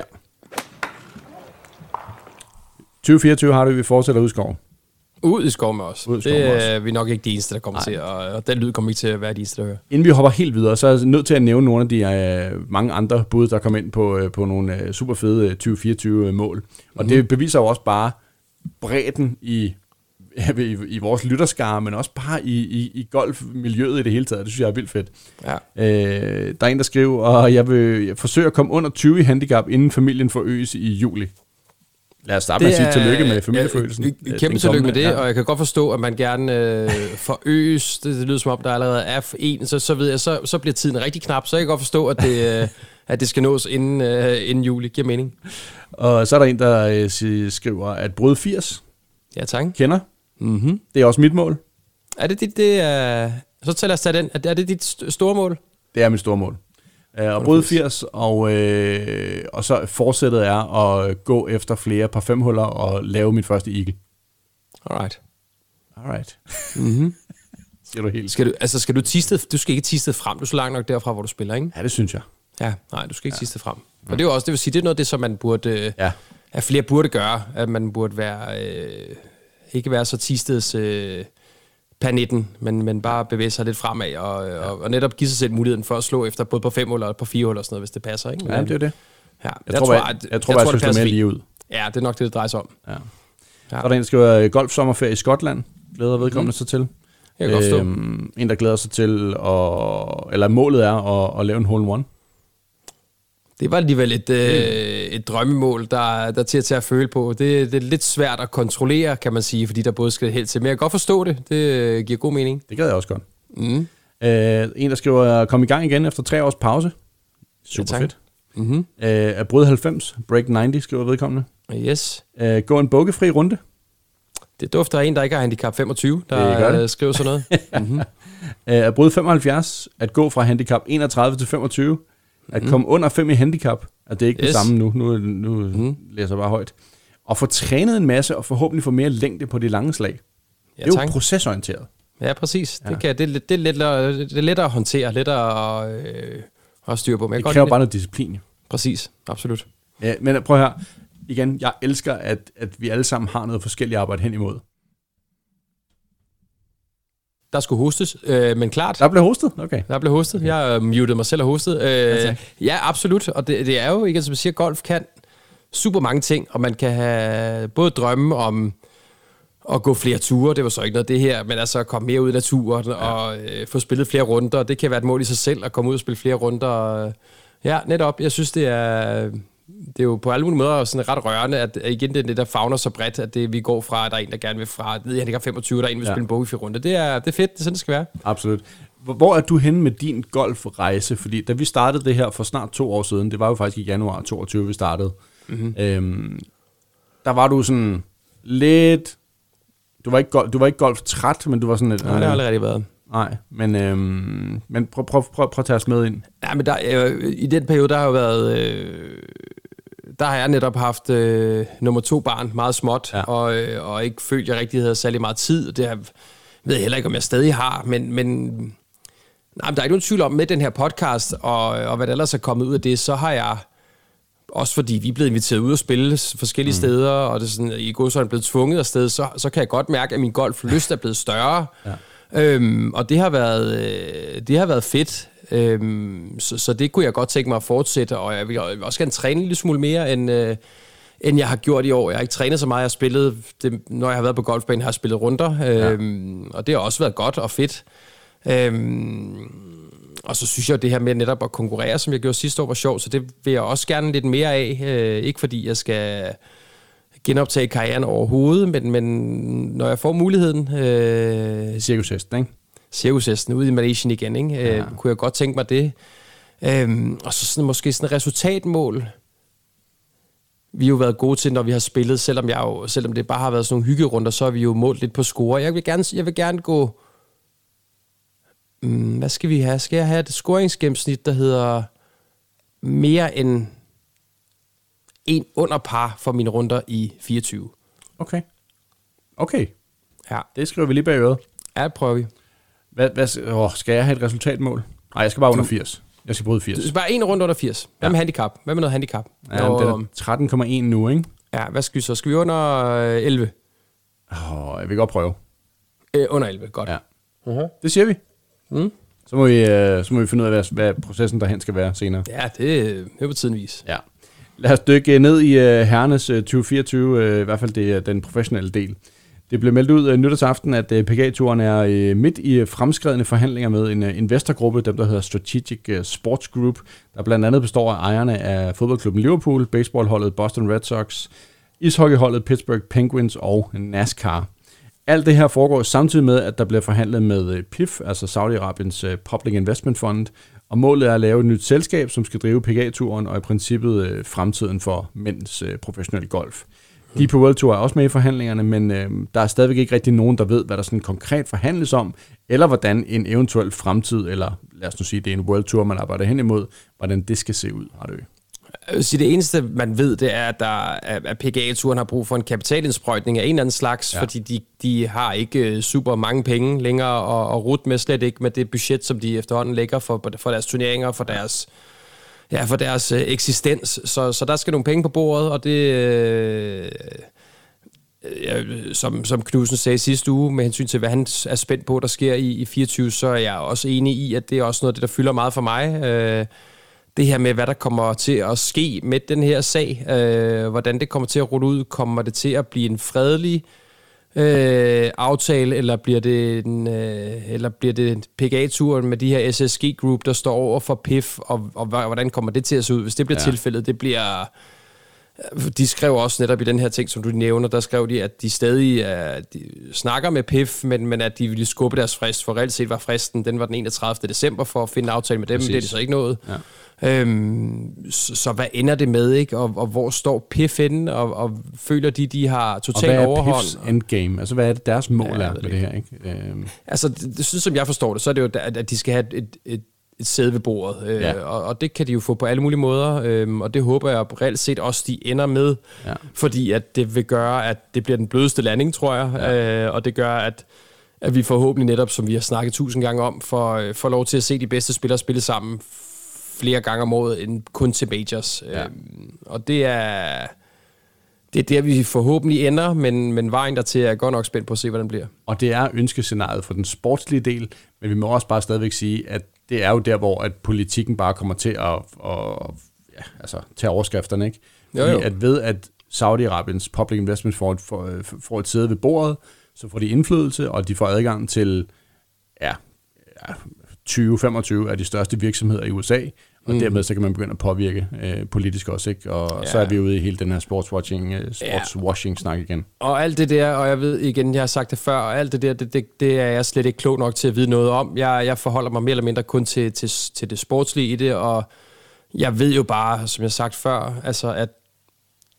tyve fireogtyve har du, vi fortsætter ud i skoven. Ud i skoven med os. Ud i skoven det også. er vi nok ikke de eneste, der kommer Nej. til, og, og den lyd kommer ikke til at være de eneste, der hører. Inden vi hopper helt videre, så er jeg nødt til at nævne nogle af de uh, mange andre bud, der kom ind på, uh, på nogle uh, super fede uh, tyve fireogtyve mål. Og mm-hmm. det beviser jo også bare bredden i, i, i vores lytterskare, men også bare i, i, i golfmiljøet i det hele taget. Det synes jeg er vildt fedt. Ja. Uh, der er en, der skriver, og jeg vil forsøge at komme under tyve i handicap, inden familien forøges i juli. Lad os starte med at sige tillykke med familieforøgelsen. Ja, kæmpe tillykke med det, ja. Og jeg kan godt forstå, at man gerne øh, forøges. Det, det lyder som om, der allerede er en, så, så ved jeg, så, så bliver tiden rigtig knap. Så jeg kan godt forstå, at det, øh, at det skal nås inden, øh, inden juli. Giver mening. Og så er der en, der øh, skriver, at bryde firs. Ja, tak. Kender. Mm-hmm. Det er også mit mål. Er det dit, det er... Så tæller jeg tage den. Er det dit store mål? Det er mit store mål. Og bryde firs, og, øh, og så fortsættet er at gå efter flere par femhuller og lave min første eagle. Alright. Alright. Mm-hmm. Siger du helt. Skal du, altså skal du tisted, du skal ikke tisted frem, du er så langt nok derfra, hvor du spiller, ikke? Ja, det synes jeg. Ja, nej, du skal ikke ja. tisted frem. Og det er jo også, det vil sige, det er noget af det, som man burde, ja. at flere burde gøre, at man burde være, øh, ikke være så tisteds... Øh, per nitten, men, men bare bevæge sig lidt fremad, og, ja. og, og netop give sig selv muligheden for at slå efter både på fem huller og på fire huller og sådan noget, hvis det passer, ikke? Ja, det er det. Ja. Jeg, jeg tror, jeg, jeg, jeg, jeg tror, jeg, jeg skulle slå mere lige ud. Ja, det er nok det, det drejer sig om. Ja. Ja. Så er der en, der skriver golfsommerferie i Skotland. Glæder vedkommende mm. sig til. Jeg kan godt stå. Øhm, en, der glæder sig til, at, eller målet er at, at lave en hole in one. Det var alligevel et, øh, et drømmemål, der, der til at tage at føle på. Det, det er lidt svært at kontrollere, kan man sige, fordi der både skal helt til. Men jeg kan godt forstå det. Det giver god mening. Det gad jeg også godt. Mm. Øh, en, der skriver, kom i gang igen efter tre års pause. Super ja, fedt. Mm-hmm. Øh, at bryde halvfems, break halvtreds, skriver vedkommende. Yes. Øh, gå en bukkefri runde. Det dufter af en, der ikke har handicap femogtyve, der det skriver sådan noget. mm-hmm. øh, at bryde femoghalvfjerds, at gå fra handicap enogtredive til femogtyve. At mm. komme under fem i handicap, at det er ikke yes. det samme nu, nu, nu mm. læser jeg bare højt. Og få trænet en masse, og forhåbentlig få mere længde på de lange slag. Ja, det er tak. Jo procesorienteret. Ja, præcis. Ja. Det, kan, det, det, er lettere, det er lettere at håndtere, lettere at, øh, at styre på. Men det kræver bare noget disciplin. Præcis, absolut. Ja, men prøv her. Igen, jeg elsker, at, at vi alle sammen har noget forskelligt arbejde hen imod. Der skulle hostes, øh, men klart. Der blev hostet? Okay. Der blev hostet. Okay. Jeg uh, mutede mig selv og hostet. Øh, ja, ja, absolut. Og det, det er jo, ikke, som jeg siger, golf kan super mange ting, og man kan have både drømme om at gå flere ture, det var så ikke noget det her, men altså at komme mere ud i naturen ja. og øh, få spillet flere runder. Det kan være et mål i sig selv, at komme ud og spille flere runder. Ja, netop. Jeg synes, det er... Det er jo på alle mulige måder sådan ret rørende, at igen det er det, der favner så bredt, at det, vi går fra, at der er en, der gerne vil fra, ned i handicap femogtyve, der er en, der vil ja. spille en bogey runde. Det er, det er fedt, det er sådan, det skal være. Absolut. Hvor er du henne med din golfrejse? Fordi da vi startede det her for snart to år siden, det var jo faktisk i januar toogtyve, vi startede. Mm-hmm. Øhm, der var du sådan lidt... Du var ikke, gol- du var ikke golftræt, men du var sådan lidt... Nej, det har aldrig rigtig været. Nej, men, øhm, men prøv, prøv, prøv, prøv at tage os med ind. Ja, men der, øh, i den periode, der har jo været... Øh, der har jeg netop haft øh, nummer to barn, meget småt, ja. og, øh, og ikke følt, jeg rigtig havde særlig meget tid. Det har, ved jeg heller ikke, om jeg stadig har, men... men nej, men der er ikke nogen tvivl om, med den her podcast, og, og hvad der ellers er kommet ud af det, så har jeg... Også fordi vi er blevet inviteret ud og spille forskellige mm. steder, og det er sådan, i går så er jeg blevet tvunget afsted, så, så kan jeg godt mærke, at min golflyst er blevet større. Ja. Øhm, og det har været, øh, det har været fedt. Øhm, så, så det kunne jeg godt tænke mig at fortsætte, og jeg vil også gerne træne en lille smule mere, end, øh, end jeg har gjort i år. Jeg har ikke trænet så meget. Jeg har spillet, det, når jeg har været på golfbanen, har jeg spillet runder, øhm, ja. og det har også været godt og fedt. Øhm, Og så synes jeg, at det her med netop at konkurrere, som jeg gjorde sidste år, var sjovt, så det vil jeg også gerne lidt mere af. Øh, ikke fordi jeg skal genoptage karrieren overhovedet, men, men når jeg får muligheden... Øh, Cirkushesten, ikke? Cirkushesten ude i Malaysia igen, ikke? Ja. Øh, kunne jeg godt tænke mig det. Øh, og så sådan, måske sådan et resultatmål. Vi har jo været gode til, når vi har spillet, selvom, jeg jo, selvom det bare har været sådan nogle hyggerunder, så har vi jo målt lidt på score. Jeg vil gerne, jeg vil gerne gå... Hvad skal vi have? Skal jeg have et scoringsgennemsnit, der hedder mere end en under par for mine runder i fireogtyve? Okay. Okay. Ja. Det skriver vi lige bag øret. Ja, det prøver vi. Hvad, hvad, åh, skal jeg have et resultatmål? Nej, jeg skal bare under firs. Jeg skal bryde firs. Du skal bare en runde under firs. Hvad med ja. handicap? Hvad med noget handicap? Ja, og, det er tretten komma en nu, ikke? Ja, hvad skal vi så? Skal vi under elleve? Åh, jeg vil godt prøve. Øh, under elleve, godt. Ja. Uh-huh. Det siger vi. Mm. Så, må vi, øh, så må vi finde ud af, hvad, hvad processen derhen skal være senere. Ja, det er på tiden vis. Ja. Lad os dykke ned i øh, herrenes øh, tyve fireogtyve, øh, i hvert fald det er den professionelle del. Det blev meldt ud øh, nytårsaften, at øh, P G A-turen er øh, midt i øh, fremskredne forhandlinger med en øh, investorgruppe, dem der hedder Strategic øh, Sports Group, der blandt andet består af ejerne af fodboldklubben Liverpool, baseballholdet Boston Red Sox, ishockeyholdet Pittsburgh Penguins og NASCAR. Alt det her foregår samtidig med, at der bliver forhandlet med P I F, altså Saudi-Arabiens Public Investment Fund, og målet er at lave et nyt selskab, som skal drive P G A-turen og i princippet fremtiden for mænds professionelle golf. D P World Tour er også med i forhandlingerne, men øh, der er stadigvæk ikke rigtig nogen, der ved, hvad der sådan konkret forhandles om, eller hvordan en eventuel fremtid, eller lad os nu sige, det er en World Tour, man arbejder hen imod, hvordan det skal se ud, har det jo. Jeg vil sige, det eneste, man ved, det er, at, der, at P G A-turen har brug for en kapitalindsprøjtning af en eller anden slags, ja. fordi de, de har ikke super mange penge længere at, at rute med, slet ikke med det budget, som de efterhånden lægger for, for deres turneringer, for deres, ja, for deres uh, eksistens. Så, så der skal nogle penge på bordet, og det... Øh, ja, som, som Knudsen sagde sidste uge, med hensyn til, hvad han er spændt på, der sker i, i fireogtyve, så er jeg også enig i, at det er også noget af det, der fylder meget for mig. Øh, Det her med, hvad der kommer til at ske med den her sag, øh, hvordan det kommer til at rulle ud, kommer det til at blive en fredelig øh, aftale, eller bliver det en, øh, eller bliver det P G A-turen med de her S S G Group, der står over for P I F, og, og hvordan kommer det til at se ud, hvis det bliver ja. tilfældet? Det bliver... De skrev også netop i den her ting, som du nævner, der skrev de, at de stadig er, de snakker med P I F, men, men at de ville skubbe deres frist, for reelt set var fristen, den var den enogtredivte december for at finde en aftale med dem, Præcis. Det er det så ikke noget. Ja. Øhm, så, så hvad ender det med, ikke? Og, og hvor står P I F henne, og, og føler de, de har total overhånd? Og hvad er P I F's endgame? Altså, hvad er det deres mål ja, er med det, det her, ikke? Øhm. Altså, det, det synes, som jeg forstår det, så er det jo, at, at de skal have et, et et sæde ved bordet, øh, ja. og, og det kan de jo få på alle mulige måder, øh, og det håber jeg reelt set også, de ender med, ja. fordi at det vil gøre, at det bliver den blødeste landing, tror jeg, ja. øh, og det gør, at, at vi forhåbentlig netop, som vi har snakket tusind gange om, får, får lov til at se de bedste spillere spille sammen flere gange om året, end kun til majors. Ja. Øh, og det er, det er der, vi forhåbentlig ender, men, men vejen dertil er godt nok spændt på at se, hvordan det bliver. Og det er ønskescenariet for den sportslige del, men vi må også bare stadigvæk sige, at det er jo der, hvor at politikken bare kommer til at, at ja, altså, tage overskrifterne, ikke? Jo, jo. At ved, at Saudi-Arabiens Public Investment får, får, får et sæde ved bordet, så får de indflydelse, og de får adgang til ja, ja, tyve femogtyve af de største virksomheder i U S A, og mm. dermed så kan man begynde at påvirke øh, politisk også, ikke? Og ja. så er vi ude i hele den her sportswashing, øh, sportswashing-snak igen. Og alt det der, og jeg ved igen, jeg har sagt det før, og alt det der, det, det, det er jeg slet ikke klog nok til at vide noget om. Jeg, jeg forholder mig mere eller mindre kun til, til, til det sportslige i det, og jeg ved jo bare, som jeg har sagt før, altså at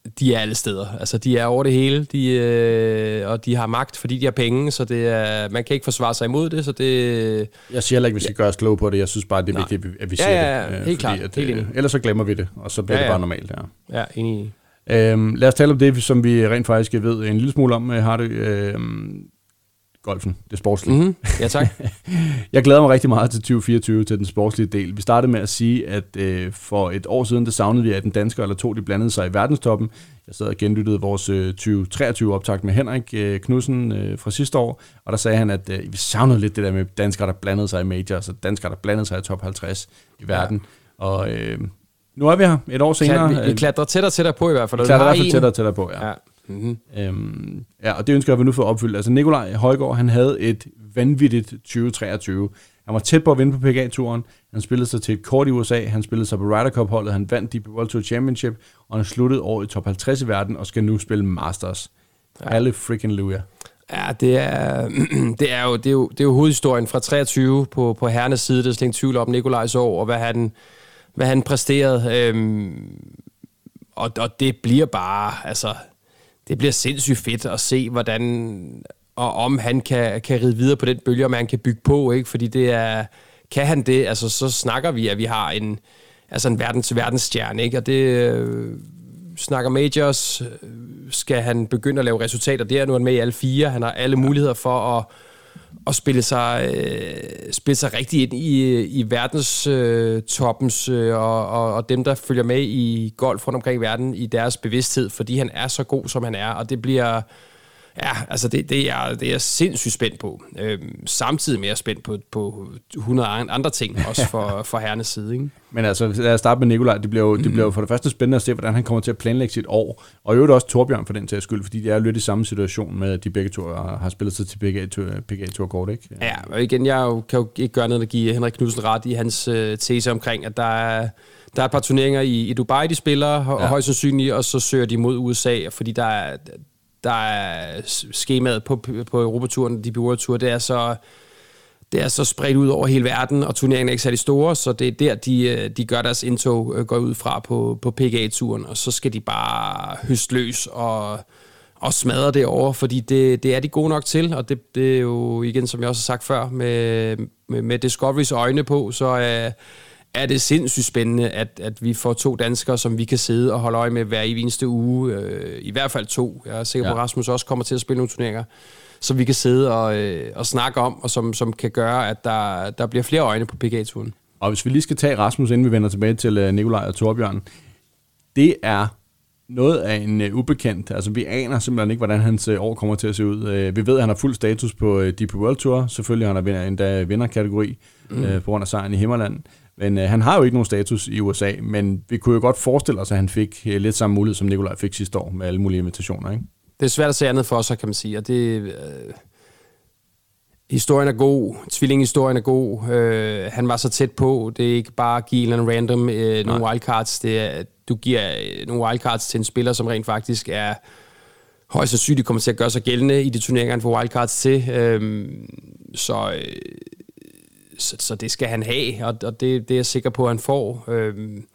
de er alle steder. Altså, de er over det hele, de, øh, og de har magt, fordi de har penge, så det er, man kan ikke forsvare sig imod det, så det... Jeg siger heller ikke, at vi skal ja. gøre os kloge på det. Jeg synes bare, det er Nej. vigtigt, at vi siger ja, ja, det. Ja, helt klart. At, helt øh, ellers så glemmer vi det, og så bliver ja, ja. det bare normalt. Ja, ja enig. Øhm, lad os tale om det, som vi rent faktisk ved en lille smule om, har det... Øhm, golfen, det sportslige. Mm-hmm. Ja, tak. Jeg glæder mig rigtig meget til tyve fireogtyve, til den sportslige del. Vi startede med at sige, at øh, for et år siden, der savnede vi, at en dansker eller to, de blandede sig i verdenstoppen. Jeg sad og genlyttede vores øh, tyve treogtyve-optakt med Henrik øh, Knudsen øh, fra sidste år, og der sagde han, at øh, vi savnede lidt det der med danskere, der blandede sig i majors, og danskere, der blandede sig i top halvtreds i verden. Ja. Og øh, nu er vi her et år senere. Vi, vi klatrer tættere og tættere på i hvert fald. Vi klatrer i hvert fald tættere og tættere på, ja. ja. Mm-hmm. Øhm, ja, og det ønsker jeg, at vi nu får opfyldt. Altså Nikolaj Højgaard, han havde et vanvittigt tyve treogtyve. Han var tæt på at vinde på P G A-turen. Han spillede sig til et kort i U S A. Han spillede sig på Ryder Cup-holdet. Han vandt D P World Tour Championship. Og han sluttede året i top halvtreds i verden og skal nu spille Masters. Ja. Alle freaking Luja. Ja, det er, det er jo det er jo, det er jo hovedhistorien fra treogtyve på på herrenes side. Der er slet ingen tvivl om Nikolajs år og hvad han hvad han præsterede. Øhm, og, og det bliver bare altså det bliver sindssygt fedt at se, hvordan og om han kan, kan ride videre på den bølge, og man kan bygge på, ikke? Fordi det er, kan han det, altså så snakker vi, at vi har en, altså en verdens verdensstjerne, ikke? Og det øh, snakker majors, skal han begynde at lave resultater der, nu er han med i alle fire, han har alle muligheder for at, at spille sig, øh, spille sig rigtig ind i, i verdens øh, toppens, øh, og, og, og dem, der følger med i golf rundt omkring i verden, i deres bevidsthed, fordi han er så god, som han er, og det bliver... Ja, altså det, det, er, det er jeg sindssygt spændt på. Øhm, samtidig mere spændt på, på hundrede andre ting, også for, for herrenes side. Ikke? Men altså, lad os starte med Nikolaj. Det bliver, jo, det bliver jo for det første spændende at se, hvordan han kommer til at planlægge sit år. Og i øvrigt også Torbjørn for den til skyld, fordi de er lidt i samme situation med, at de begge to har spillet sig til P G A-tour-kort, ikke? Ja, og igen, jeg jo, kan jo ikke gøre noget at give Henrik Knudsen ret i hans øh, tese omkring, at der er, der er et par turneringer i, i Dubai, de spiller, og ja. højst sandsynligt, og så søger de mod U S A, fordi der er... der er skemaet på, på Europaturen, D P World Tour, det er så det er så spredt ud over hele verden, og turneringen er ikke særlig store, så det er der, de, de gør deres indtog, går ud fra på, på P G A-turen, og så skal de bare høste løs og, og smadre det over, fordi det, det er de gode nok til, og det, det er jo igen, som jeg også har sagt før, med, med, med Discoverys øjne på, så er, er det sindssygt spændende, at, at vi får to danskere, som vi kan sidde og holde øje med hver eneste uge, øh, i hvert fald to. Jeg er sikker på, at Rasmus også kommer til at spille nogle turneringer, som vi kan sidde og, øh, og snakke om, og som, som kan gøre, at der, der bliver flere øjne på P G A-turen. Og hvis vi lige skal tage Rasmus, inden vi vender tilbage til Nikolaj og Torbjørn, det er noget af en uh, ubekendt. Altså, vi aner simpelthen ikke, hvordan hans uh, år kommer til at se ud. Uh, vi ved, at han har fuld status på uh, D P World Tour. Selvfølgelig han har endda vinderkategori mm. uh, på grund af sejren i Himmerland. Men uh, han har jo ikke nogen status i U S A, men vi kunne jo godt forestille os, at han fik uh, lidt samme mulighed, som Nikolaj fik sidste år, med alle mulige invitationer, ikke? Det er svært at se andet for os, kan man sige. Og det, øh, historien er god. Tvillinghistorien er god. Øh, han var så tæt på. Det er ikke bare at give en random øh, nogle wildcards. Det er, du giver nogle wildcards til en spiller, som rent faktisk er højst sandsynligt kommer til at gøre sig gældende i de turneringer, han får wildcards til. Øh, så, øh, så, så det skal han have, og, og det, det er jeg sikker på, at han får. Øh,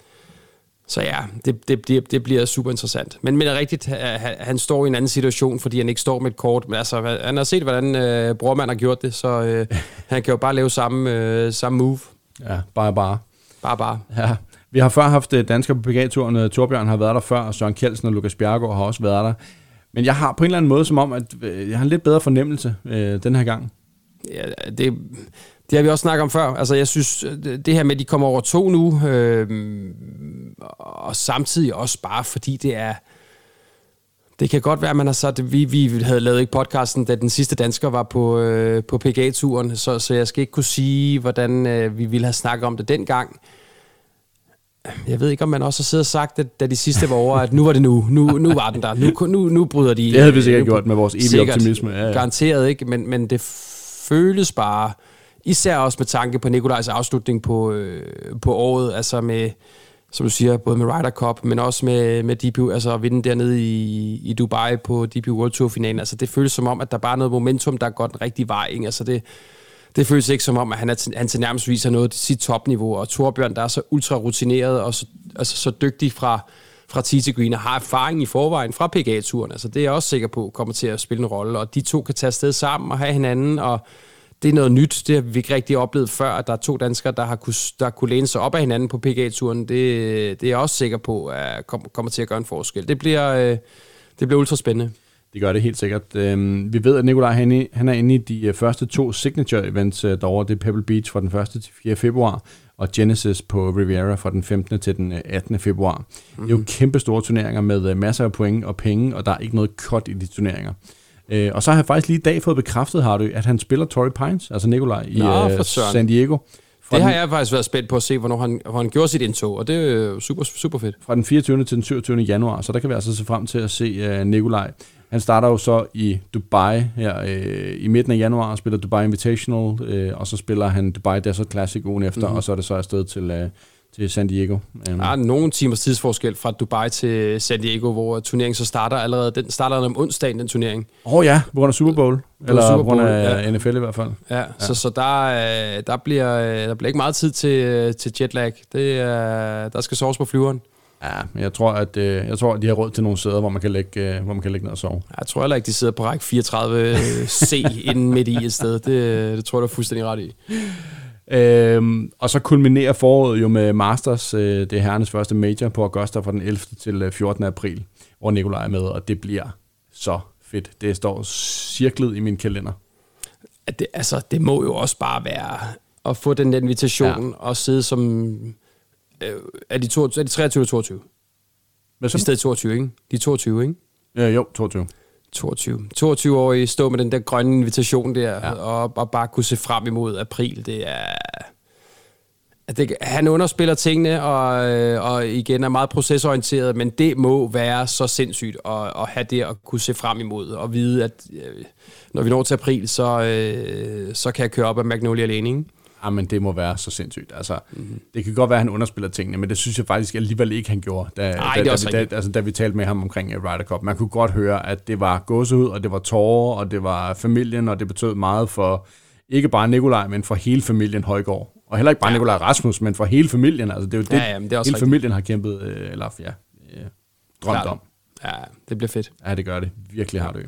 Så ja, det, det, det, det bliver super interessant. Men, men det er rigtigt, han, han står i en anden situation, fordi han ikke står med et kort. Men altså, han har set, hvordan øh, brormand har gjort det, så øh, han kan jo bare lave samme, øh, samme move. Ja, bare bare. Bare bare. Ja. Vi har før haft danskere på P G A-turen. Torbjørn har været der før, og Søren Kjeldsen og Lukas Bjerregaard har også været der. Men jeg har på en eller anden måde som om, at jeg har en lidt bedre fornemmelse øh, den her gang. Ja, det... Det har vi også snakket om før. Altså, jeg synes, det her med, at de kommer over to nu, øh, og samtidig også bare, fordi det er... Det kan godt være, at man har sagt... Vi, vi havde lavet ikke podcasten, da den sidste dansker var på, øh, på P G A-turen, så, så jeg skal ikke kunne sige, hvordan øh, vi ville have snakket om det dengang. Jeg ved ikke, om man også har siddet og sagt, at, da de sidste var over, at nu var det nu. Nu, nu var den der. Nu, nu, nu bryder de... Det havde vi sikkert gjort med vores evige sikkert, optimisme. Ja, ja. Garanteret ikke, men, men det føles bare... Især også med tanke på Nikolajs afslutning på, øh, på året, altså med, som du siger, både med Ryder Cup, men også med, med D P, altså at vinde dernede i, i Dubai på D P World Tour-finalen. Altså det føles som om, at der bare er noget momentum, der går den rigtige vej, ikke? Altså det, det føles ikke som om, at han, er til, han til nærmest viser noget til sit topniveau, og Torbjørn, der er så ultra rutineret og så, altså så dygtig fra, fra T T Green, og har erfaring i forvejen fra P G A-turen. Altså, det er jeg også sikker på kommer til at spille en rolle, og de to kan tage afsted sammen og have hinanden, og det er noget nyt. Det har vi ikke rigtig oplevet før, at der er to danskere, der har kunne, der kunne læne sig op af hinanden på P G A-turen. Det, det er jeg også sikker på, at kommer til at gøre en forskel. Det bliver, det bliver ultra spændende. Det gør det helt sikkert. Vi ved, at Nikolaj han er inde i de første to signature events derovre. Det er Pebble Beach fra den første til fjerde februar, og Genesis på Riviera fra den femtende til den attende februar. Mm-hmm. Det er jo kæmpe store turneringer med masser af point og penge, og der er ikke noget cut i de turneringer. Og så har jeg faktisk lige i dag fået bekræftet, Hardy, at han spiller Torrey Pines, altså Nikolaj, i Nå, San Diego. Fra det har jeg faktisk været spændt på at se, hvornår han, hvor han gjorde sit indtog, og det er jo super, super fedt. Fra den fireogtyvende til den syvogtyvende januar, så der kan vi altså se frem til at se uh, Nikolaj. Han starter jo så i Dubai her øh, i midten af januar og spiller Dubai Invitational, øh, og så spiller han Dubai Desert Classic ugen efter, mm-hmm. og så er det så afsted til, øh, til San Diego. Der er nogle timers tidsforskel fra Dubai til San Diego, hvor turneringen så starter allerede. Den starter om onsdagen, den turnering. Åh oh ja, på grund af Super Bowl. Eller på grund af ja. N F L i hvert fald. Ja, ja. så, så der, der, bliver, der bliver ikke meget tid til, til jetlag. Det er, der skal soves på flyveren. Ja, men jeg tror, at øh, jeg tror, at de har råd til nogle steder, hvor man kan lægge, øh, hvor man kan lægge ned og sove. Jeg tror heller ikke, de sidder på række fireogtredive C inden midt i et sted. Det, det tror jeg, du er fuldstændig ret i. Øhm, og så kulminerer foråret jo med Masters. Øh, det er herrenes første major på Augusta fra den ellevte til fjortende april, hvor Nikolaj er med, og det bliver så fedt. Det står cirklet i min kalender. Det, altså, det må jo også bare være at få den invitation ja. og sidde som... Er de, to, er de treogtyve eller toogtyve? Hvad så? I stedet toogtyve, ikke? De er toogtyve, ikke? Ja, jo, toogtyve. toogtyve. toogtyve-årige stå med den der grønne invitation der, ja. og, og bare kunne se frem imod april. Det er... Det, han underspiller tingene, og, og igen er meget procesorienteret, men det må være så sindssygt at, at have det at kunne se frem imod, og vide, at når vi når til april, så, så kan jeg køre op af Magnolia Lane, ikke? Jamen, det må være så sindssygt. Altså, mm-hmm. Det kan godt være, at han underspiller tingene, men det synes jeg faktisk alligevel ikke, han gjorde, da, Ej, da, da, da, da, altså, da vi talte med ham omkring Ryder Cup. Man kunne godt høre, at det var gåsehud, og det var tårer, og det var familien, og det betød meget for ikke bare Nikolaj, men for hele familien Højgaard. Og heller ikke bare ja. Nikolaj Rasmus, men for hele familien. Altså, det er jo det, ja, jamen, det er hele rigtigt. Familien har kæmpet, øh, eller ja, øh, drømt Klar. om. Ja, det bliver fedt. Ja, det gør det. Virkelig har det.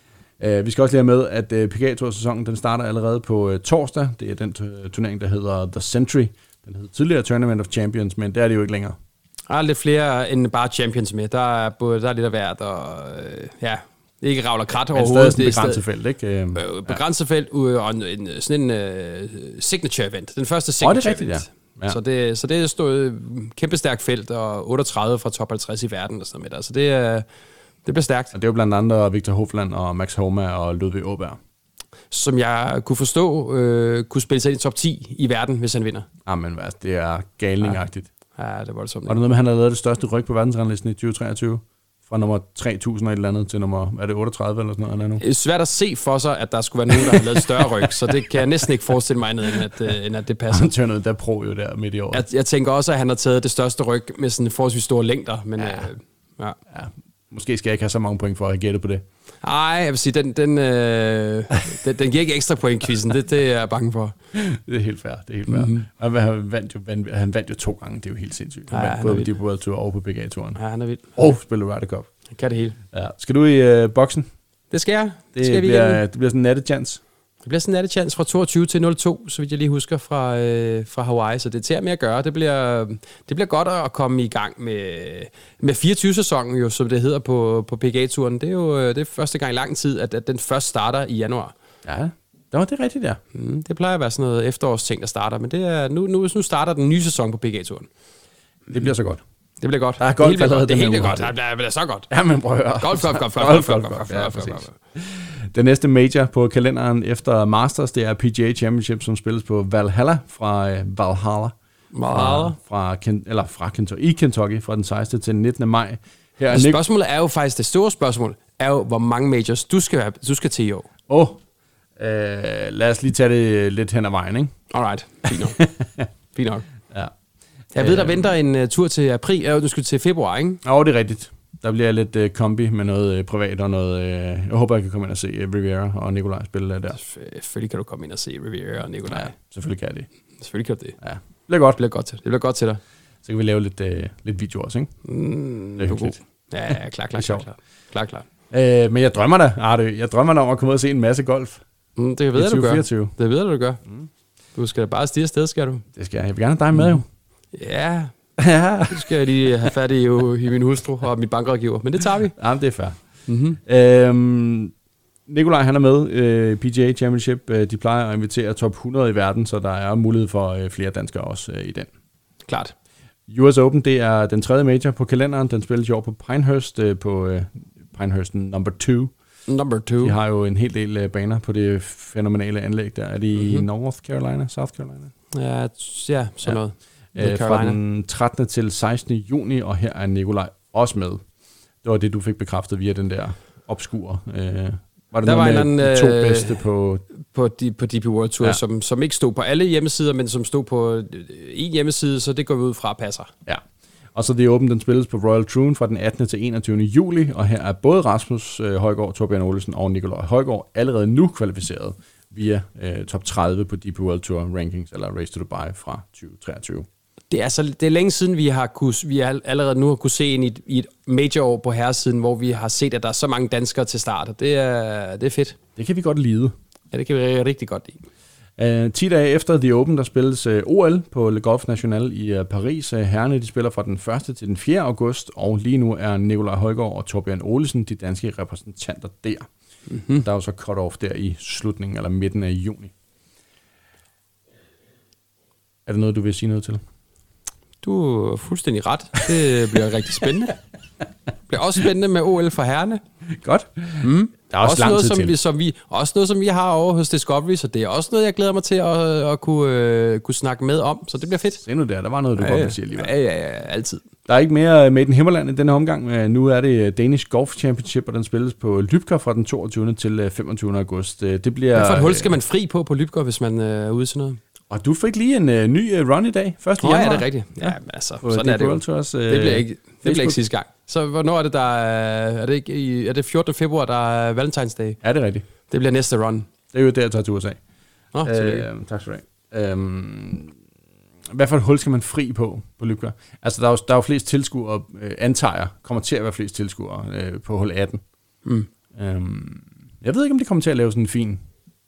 Uh, vi skal også lige have med, at uh, P G A-tursæsonen, den starter allerede på uh, torsdag. Det er den t- turnering, der hedder The Century. Den hedder tidligere Tournament of Champions, men det er det jo ikke længere. Der er lidt flere end bare Champions med. Der er, både, der er lidt af hvert, og øh, ja, ikke ravl og krat overhovedet. Det er begrænset felt, ikke? Øh, begrænset felt, og en, sådan en uh, signature event. Den første signature oh, det er rigtigt, event. Ja. Ja. Så det, så det er stået kæmpe stærkt felt, og otteogtredive fra top halvtreds i verden. Og sådan med der. Så det er... Det bliver stærkt. Og det er jo blandt andre Victor Hovland og Max Homa og Ludvig Åberg. Som jeg kunne forstå, øh, kunne spille sig i top ti i verden, hvis han vinder. Jamen, hvad, det er galningagtigt. Ja, ja det var det sådan. Og det noget med, at han har lavet det største ryg på verdensranglisten i tyve treogtyve? Fra nummer tre tusind og et eller andet til nummer, er det otteogtredive eller sådan noget? Det er svært at se for sig, at der skulle være nogen, der har lavet større ryg, så det kan jeg næsten ikke forestille mig andet, end at, øh, end at det passer. Han tørnede der pro jo der midt i året. Jeg, jeg tænker også, at han har taget det største ryg med sådan forholdsvis store længder, men... Ja. Øh, ja. ja. Måske skal jeg ikke have så mange point for at gætte på det. Nej, jeg vil sige, den, den, øh, den, den giver ikke ekstra point-quizzen. Det, det er jeg bange for. Det er helt fair. Det er helt fair. Mm-hmm. Han, vandt jo, han vandt jo to gange. Det er jo helt sindssygt. Han ja, vandt både på Deep World Tour og på P G A-turen. Ja, han er vild. Og spiller Ryder Cup. Han kan det hele. Ja. Skal du i uh, boksen? Det skal jeg. Det, skal bliver, det bliver sådan en nattechance. Det bliver sådan en nattechance fra toogtyve til nul to, så vidt jeg lige husker, fra, øh, fra Hawaii. Så det er til med at gøre. Det bliver, det bliver godt at komme i gang med, med fireogtyve-sæsonen, jo, som det hedder på, på P G A-turen. Det er jo det er første gang i lang tid, at, at den først starter i januar. Ja, det er rigtigt, ja. Mm, det plejer at være sådan noget efterårsting, der starter, men det er, nu, nu, nu starter den nye sæson på P G A-turen. Det bliver så godt. Det bliver godt. Der er golf, det bliver godt. Det er helt godt. godt. Det bliver, det bliver så godt. Ja, men prøv at høre. Golf, golf, golf, golf, golf, golf, golf, golf, golf, golf. Den næste major på kalenderen efter Masters, det er P G A Championship, som spilles på Valhalla fra uh, Valhalla. Valhalla. Fra, fra, eller fra Kentucky, i Kentucky fra den sekstende til den nittende maj. Her er spørgsmålet er jo faktisk, det store spørgsmål, er jo, hvor mange majors du skal, have, du skal til i år. Åh, oh, øh, lad os lige tage det lidt hen ad vejen, ikke? Alright, fint nok. Fint nok. Ja. Jeg ved, der venter en uh, tur til april, ja, du skal til februar, ikke? Ja, det er rigtigt. Der bliver lidt uh, kombi med noget uh, privat og noget... Uh, jeg håber, jeg kan komme ind og se uh, Riviera og Nikolaj spille uh, der. Selvfølgelig kan du komme ind og se Riviera og Nikolaj. Ja, selvfølgelig kan jeg det. Selvfølgelig kan du det. Ja, det bliver godt. Det bliver godt til, det bliver godt til dig. Så kan vi lave lidt, øh, lidt video også, ikke? Mm, det er hyggeligt. Ja, ja, klar, klar, klar, klar, klar, klar. Øh, men jeg drømmer da, Arde, jeg drømmer da om at komme ud og se en masse golf. Mm, det ved jeg, du gør. fireogtyve. Det ved jeg, du gør. Mm. Du skal da bare stige afsted, skal du? Det skal jeg. Jeg vil gerne have dig med, jo. Ja, ja. Det skal jeg lige have fat i, jo, i min hustru og min bankrådgiver. Men det tager vi. Jamen, det er fair. Mm-hmm. Øhm, Nikolaj, han er med øh, P G A Championship. De plejer at invitere top hundrede i verden, så der er mulighed for øh, flere danskere også øh, i den. Klart. U S Open, det er den tredje major på kalenderen. Den spilles i år på Pinehurst, øh, på øh, Pinehurst number two. Number two. De har jo en hel del øh, baner på det fænomenale anlæg der. Er de i mm-hmm. North Carolina, South Carolina? Ja, ja sådan noget. Øh, fra den trettende til sekstende juni, og her er Nikolaj også med. Det var det, du fik bekræftet via den der obskur. Øh, var det der noget var med en, de to øh, bedste på... På, de, på D P World Tour, ja. som, som ikke stod på alle hjemmesider, men som stod på en hjemmeside, så det går vi ud fra passer. Ja. Og så det Open, den spilles på Royal Troon fra den attende til enogtyvende juli, og her er både Rasmus øh, Højgaard, Torbjørn Olesen og Nikolaj Højgaard allerede nu kvalificeret via øh, top tredive på D P World Tour Rankings, eller Race to Dubai fra tyve treogtyve. Det er, så, det er længe siden, vi har kunne, vi har allerede nu har kunne se ind i et, i et major-år på herresiden, hvor vi har set, at der er så mange danskere til start, og det er, det er fedt. Det kan vi godt lide. Ja, det kan vi rigtig godt lide. Uh, ti dage efter The Open, der spilles uh, O L på Le Golf National i uh, Paris. Uh, herrerne, de spiller fra den første til den fjerde august, og lige nu er Nikolaj Højgaard og Torbjørn Olesen de danske repræsentanter der. Mm-hmm. Der er jo så cut-off der i slutningen eller midten af juni. Er det noget, du vil sige noget til? Du er fuldstændig ret. Det bliver rigtig spændende. Det bliver også spændende med O L for herrerne. Godt. Mm. Der er også, også lang noget, tid som til. Vi, som vi, også noget, som vi har over hos Discovery, så det er også noget, jeg glæder mig til at, at kunne, øh, kunne snakke med om, så det bliver fedt. Se nu der, der var noget, du ja, godt vil sige alligevel. Ja, ja, ja, altid. Der er ikke mere Made in Himmerland i denne omgang. Nu er det Danish Golf Championship, og den spilles på Lybka fra den toogtyvende til femogtyvende august. Det bliver... Hvad for et hul skal man fri på på Lybka, hvis man er ude til noget? Og du fik lige en uh, ny uh, run i dag. første januar. Ja, det er rigtigt. Ja, altså, på sådan er det jo. Tours, uh, det bliver ikke, det bliver ikke sidste gang. Så hvornår er det, der er det, ikke, er det fjortende februar, der er Valentinsdag? Ja, det er rigtigt. Det bliver næste run. Det er jo der, jeg tager til U S A. Nå, uh, tak skal du have. Um, hvad for et hul skal man fri på på Lybka? Altså, der er jo, der er jo flest tilskuere, øh, antager, kommer til at være flest tilskuere øh, på hul atten. Mm. Um, jeg ved ikke, om de kommer til at lave sådan en fin...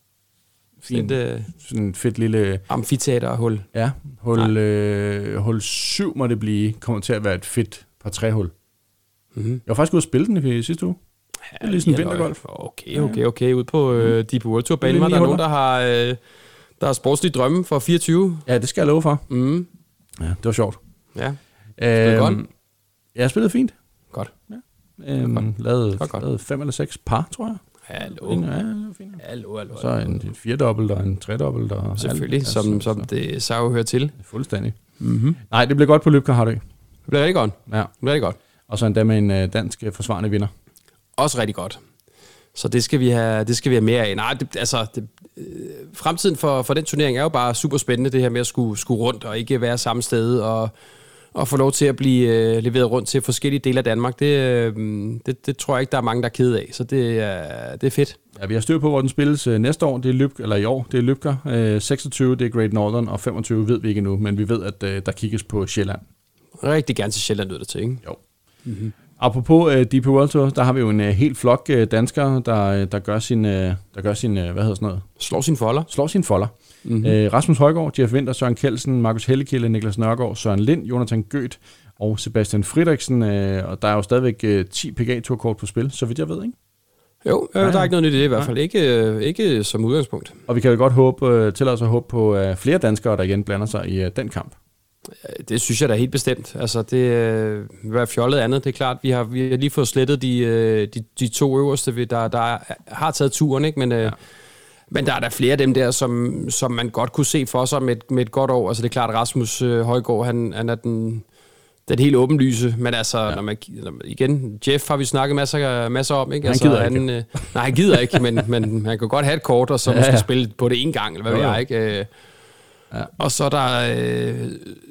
Fin, et, sådan en fedt lille... amfiteaterhul. Ja, hul, øh, hul syv må det blive, kommer til at være et fedt par tre hul. Mm-hmm. Jeg var faktisk ude at spille den i sidste uge. Ja, det er lige sådan en vintergolf. Okay, okay, okay. Ude på øh, Deep World Tour banen, var der nogen, der har, øh, der har sportslige drømme for fireogtyve. Ja, det skal jeg love for. Mm. Ja, det var sjovt. Ja. Spillede øhm, godt? Ja, jeg spillede fint. Godt. Ja. Øhm, godt. Lavede, godt, godt. lavede fem eller seks par, tror jeg. Hallo. Ja, det var fint. Hallo, hallo. Så en, en firedobbelt og en tredobbelt. Og selvfølgelig, alt, som, altså, som det så jo hører til. Fuldstændig. Mm-hmm. Nej, det bliver godt på Lybka, har du ikke? Det bliver rigtig godt. Ja. Det bliver rigtig godt. Og så endda med en uh, dansk uh, forsvarende vinder. Også rigtig godt. Så det skal vi have, det skal vi have mere af. Nej, det, altså, det, øh, fremtiden for, for den turnering er jo bare super spændende, det her med at skulle, skulle rundt og ikke være samme sted og, og få lov til at blive øh, leveret rundt til forskellige dele af Danmark. Det, øh, det, det tror jeg ikke, der er mange, der er ked af. Så det er, det er fedt. Ja, vi har styr på, hvor den spilles øh, næste år. Det er Lybka, eller i år, det er Lybka. Øh, seksogtyve, det er Great Northern, og femogtyve ved vi ikke endnu, men vi ved, at øh, der kigges på Sjælland. Rigtig gerne til Sjælland, lyder det til, ikke? Jo. Mm-hmm. Apropos uh, D P World Tour, der har vi jo en uh, helt flok uh, danskere, der, der gør sin, uh, der gør sin uh, hvad hedder sådan noget? Slår sin folder. Slår sin folder. Mm-hmm. Uh, Rasmus Højgaard, Jeff Winter, Søren Kjeldsen, Markus Hellekilde, Niklas Nørgaard, Søren Lind, Jonathan Gøth og Sebastian Friedrichsen. Uh, og der er jo stadigvæk uh, ti P G A-turkort på spil, så vidt jeg ved, ikke? Jo, øh, der er ikke noget nyt i det i hvert fald. Ikke, øh, ikke som udgangspunkt. Og vi kan jo godt håbe, uh, tillade os at håbe på uh, flere danskere, der igen blander sig i uh, den kamp. Det synes jeg da helt bestemt. Altså, det øh, vil være fjollet andet. Det er klart, vi har, vi har lige fået slettet de, øh, de, de to øverste, der, der har taget turen, ikke? Men, øh, ja. men der er der flere af dem der, som, som man godt kunne se for sig med, med et godt år. Altså, det er klart, Rasmus øh, Højgaard, han, han er den, den helt åbenlyse. Men altså, ja. når man, når man, igen, Jeff har vi snakket masser, masser om, ikke? Han altså, gider han, ikke. Øh, nej, han gider ikke, men, men han kan godt have et kort, og så ja, måske ja. spille på det en gang, eller hvad ved jeg, ikke? Øh, ja. Og så er der... Øh,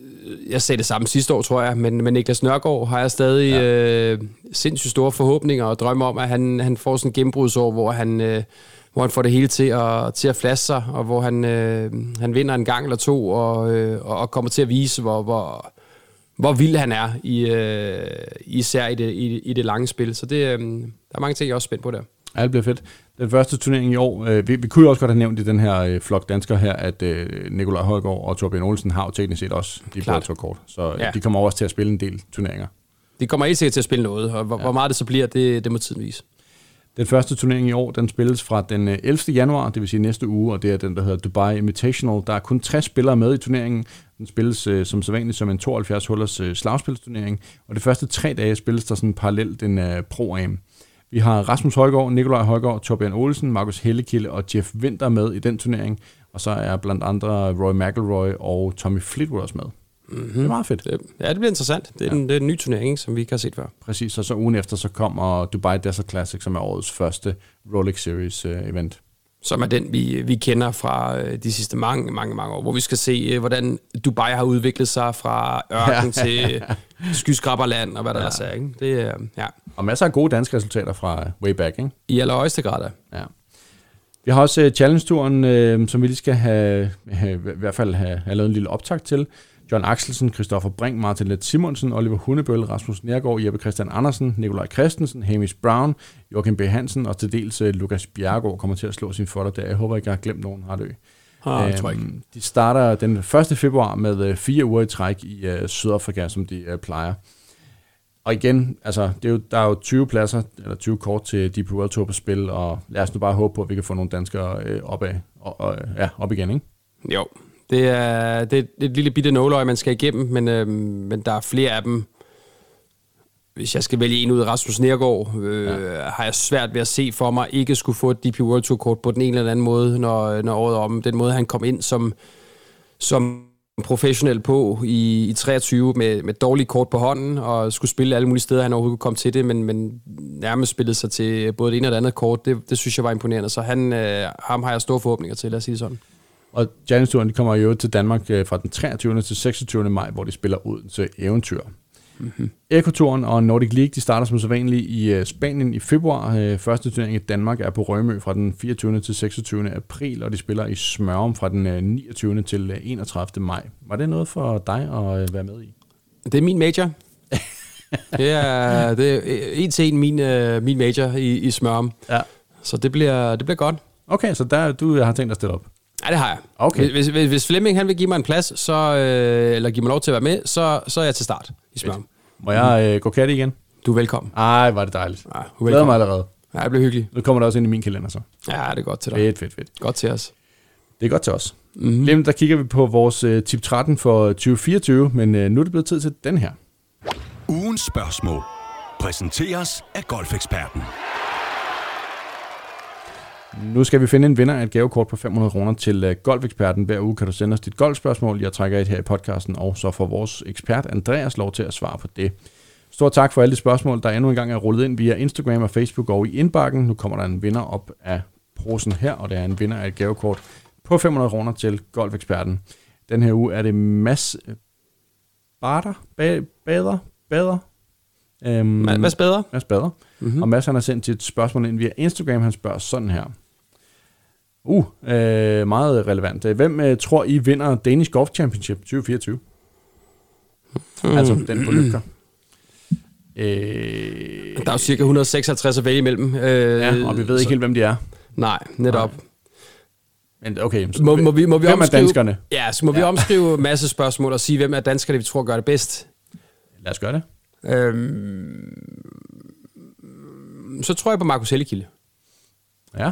jeg sagde det samme sidste år, tror jeg, men med Niklas Nørgaard har jeg stadig ja. øh, sindssygt store forhåbninger og drømme om, at han, han får sådan en gennembrudsår, hvor han, øh, hvor han får det hele til at, til at flaske sig, og hvor han, øh, han vinder en gang eller to, og, øh, og kommer til at vise, hvor, hvor, hvor vild han er, i, øh, især i det, i, i det lange spil. Så det, øh, der er mange ting, jeg er også spændt på der. Ja, det bliver fedt. Den første turnering i år, øh, vi, vi kunne jo også godt have nævnt i den her øh, flok danskere her, at øh, Nikolaj Højgaard og Torbjørn Olsen har jo teknisk set også de World kort, så øh, ja. de kommer også til at spille en del turneringer. De kommer helt sikkert til at spille noget, og hvor, ja. hvor meget det så bliver, det, det må tiden vise. Den første turnering i år, den spilles fra den ellevte januar, det vil sige næste uge, og det er den, der hedder Dubai Invitational. Der er kun tres spillere med i turneringen. Den spilles øh, som sædvanligt som en tooghalvfjerds hullers øh, slagspilsturnering, og de første tre dage spilles der sådan parallelt en øh, pro-am. Vi har Rasmus Højgaard, Nikolaj Højgaard, Torbjørn Olsen, Markus Hellekilde og Jeff Winter med i den turnering, og så er blandt andre Roy McIlroy og Tommy Fleetwood også med. Mm-hmm. Det er meget fedt. Det, ja, det bliver interessant. Det er, ja. en, det er en ny turnering, som vi ikke har set før. Præcis, og så ugen efter, så kommer Dubai Desert Classic, som er årets første Rolex Series uh, event. Som er den, vi, vi kender fra de sidste mange, mange, mange år, hvor vi skal se, hvordan Dubai har udviklet sig fra ørken ja. til skyskraberland og hvad der ja. ellers er. Ikke? Det, ja. Og masser af gode danske resultater fra way back, ikke? I allerhøjeste grad. Ja. Vi har også uh, Challenge-turen, uh, som vi lige skal have, have, i hvert fald have, have lavet en lille optakt til. John Axelsen, Christoffer Brink, Martin Let Simonsen, Oliver Hundebøl, Rasmus Nergård, Jeppe Christian Andersen, Nikolaj Christensen, Hamish Brown, Joachim B. Hansen og til dels uh, Lukas Bjerregaard kommer til at slå sin fotter der. Jeg håber ikke, jeg har glemt nogen, har det. Ah, jeg tror ikke. De starter den første februar med uh, fire uger i træk i uh, Sydafrika, som de uh, plejer. Og igen, altså, det er jo, der er jo tyve pladser, eller tyve kort til D P World Tour på spil, og lad os nu bare håbe på, at vi kan få nogle danskere øh, op, af, og, og, ja, op igen, ikke? Jo, det er, det er et lille bitte nåløje, man skal igennem, men, øh, men der er flere af dem. Hvis jeg skal vælge en ud af Rasmus Nergård, øh, ja. har jeg svært ved at se for mig, ikke skulle få et D P World Tour kort på den ene eller anden måde, når, når året om. Den måde, han kom ind som... som professionel på i, i treogtyve med, med dårlige kort på hånden, og skulle spille alle mulige steder, han overhovedet kunne komme til det, men, men nærmest spillede sig til både det ene og det andet kort. Det, det synes jeg var imponerende, så han, øh, ham har jeg store forhåbninger til, lad os sige det sådan. Og Challenge-turen, de kommer jo til Danmark øh, fra den treogtyvende til seksogtyvende maj, hvor de spiller Odense Eventyr. Mm-hmm. Ekoturen og Nordic League, de starter som sædvanligt i uh, Spanien i februar. Uh, første turnering i Danmark er på Rømø fra den fireogtyvende til seksogtyvende april, og de spiller i Smørum fra den uh, niogtyvende til uh, enogtredivte maj. Var det noget for dig at uh, være med i? Det er min major. det, er, det er en til en min, uh, min major i, i Smørum. Ja. Så det bliver, det bliver godt. Okay, så der, du har tænkt dig at stille op? Ja, det har jeg. Okay. Hvis, hvis, hvis Flemming han vil give mig en plads, så, øh, eller give mig lov til at være med, så, så er jeg til start i Smørum. Må jeg øh, gå katte igen? Du er velkommen. Ej, var det dejligt. Ja, du glæder mig allerede. Ja, det bliver hyggeligt. Nu kommer der også ind i min kalender så. Ja, det er godt til dig. Fedt, fedt, fedt. Godt til os. Det er godt til os. Mm-hmm. Lige der kigger vi på vores uh, tip tretten for tyve fireogtyve, men uh, nu er det blevet tid til den her. Ugens spørgsmål præsenteres af golfeksperten. Nu skal vi finde en vinder af et gavekort på fem hundrede kroner til golfeksperten. Hver uge kan du sende os dit golfspørgsmål. Jeg trækker et her i podcasten, og så får vores ekspert Andreas lov til at svare på det. Stort tak for alle de spørgsmål, der endnu engang er rullet ind via Instagram og Facebook og i indbakken. Nu kommer der en vinder op af posen her, og det er en vinder af et gavekort på fem hundrede kroner til golfeksperten. Den her uge er det Mads Bader, ba- Bader, Bader. Øhm, Mads Bader. Mads Bader. Mm-hmm. Og Mads han har sendt et spørgsmål ind via Instagram. Han spørger sådan her. Uh, øh, meget relevant. Hvem øh, tror I vinder Danish Golf Championship tyve fireogtyve? Mm. Altså den på Løbker. Øh, der er jo cirka et hundrede og seksoghalvtreds at vælge imellem. Øh, ja, og vi ved ikke så, helt, hvem de er. Nej, netop. Nej. Men okay, så må, må vi, må vi hvem omskrive, er danskerne? Ja, så må ja. vi omskrive en masse spørgsmål og sige, hvem er danskerne, vi tror gør det bedst. Lad os gøre det. Øhm, så tror jeg på Markus Hellekilde. Ja.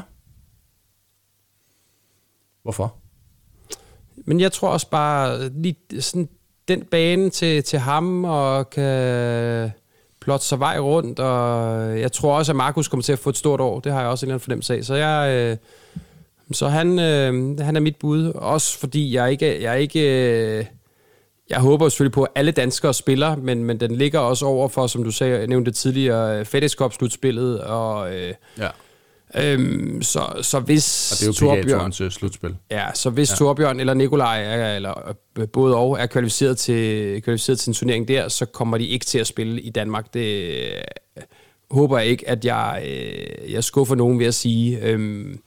Hvorfor? Men jeg tror også bare lige sådan den bane til, til ham og kan plotte sig vej rundt, og jeg tror også at Markus kommer til at få et stort år. Det har jeg også en eller anden fornemmelse af. Så jeg øh, så han øh, han er mit bud, også fordi jeg ikke jeg ikke øh, jeg håber selvfølgelig på, at alle danskere spiller, men, men den ligger også over for, som du sagde, jeg nævnte tidligere, FedEx Cup-slutspillet, og øh, ja. øhm, så, så hvis og det er jo P G A Tourens slutspil. Ja, så hvis ja. Torbjørn eller Nikolaj, er, eller både og, er kvalificeret til, kvalificeret til en turnering der, så kommer de ikke til at spille i Danmark. Det øh, håber jeg ikke, at jeg, øh, jeg skuffer nogen ved at sige. Øhm,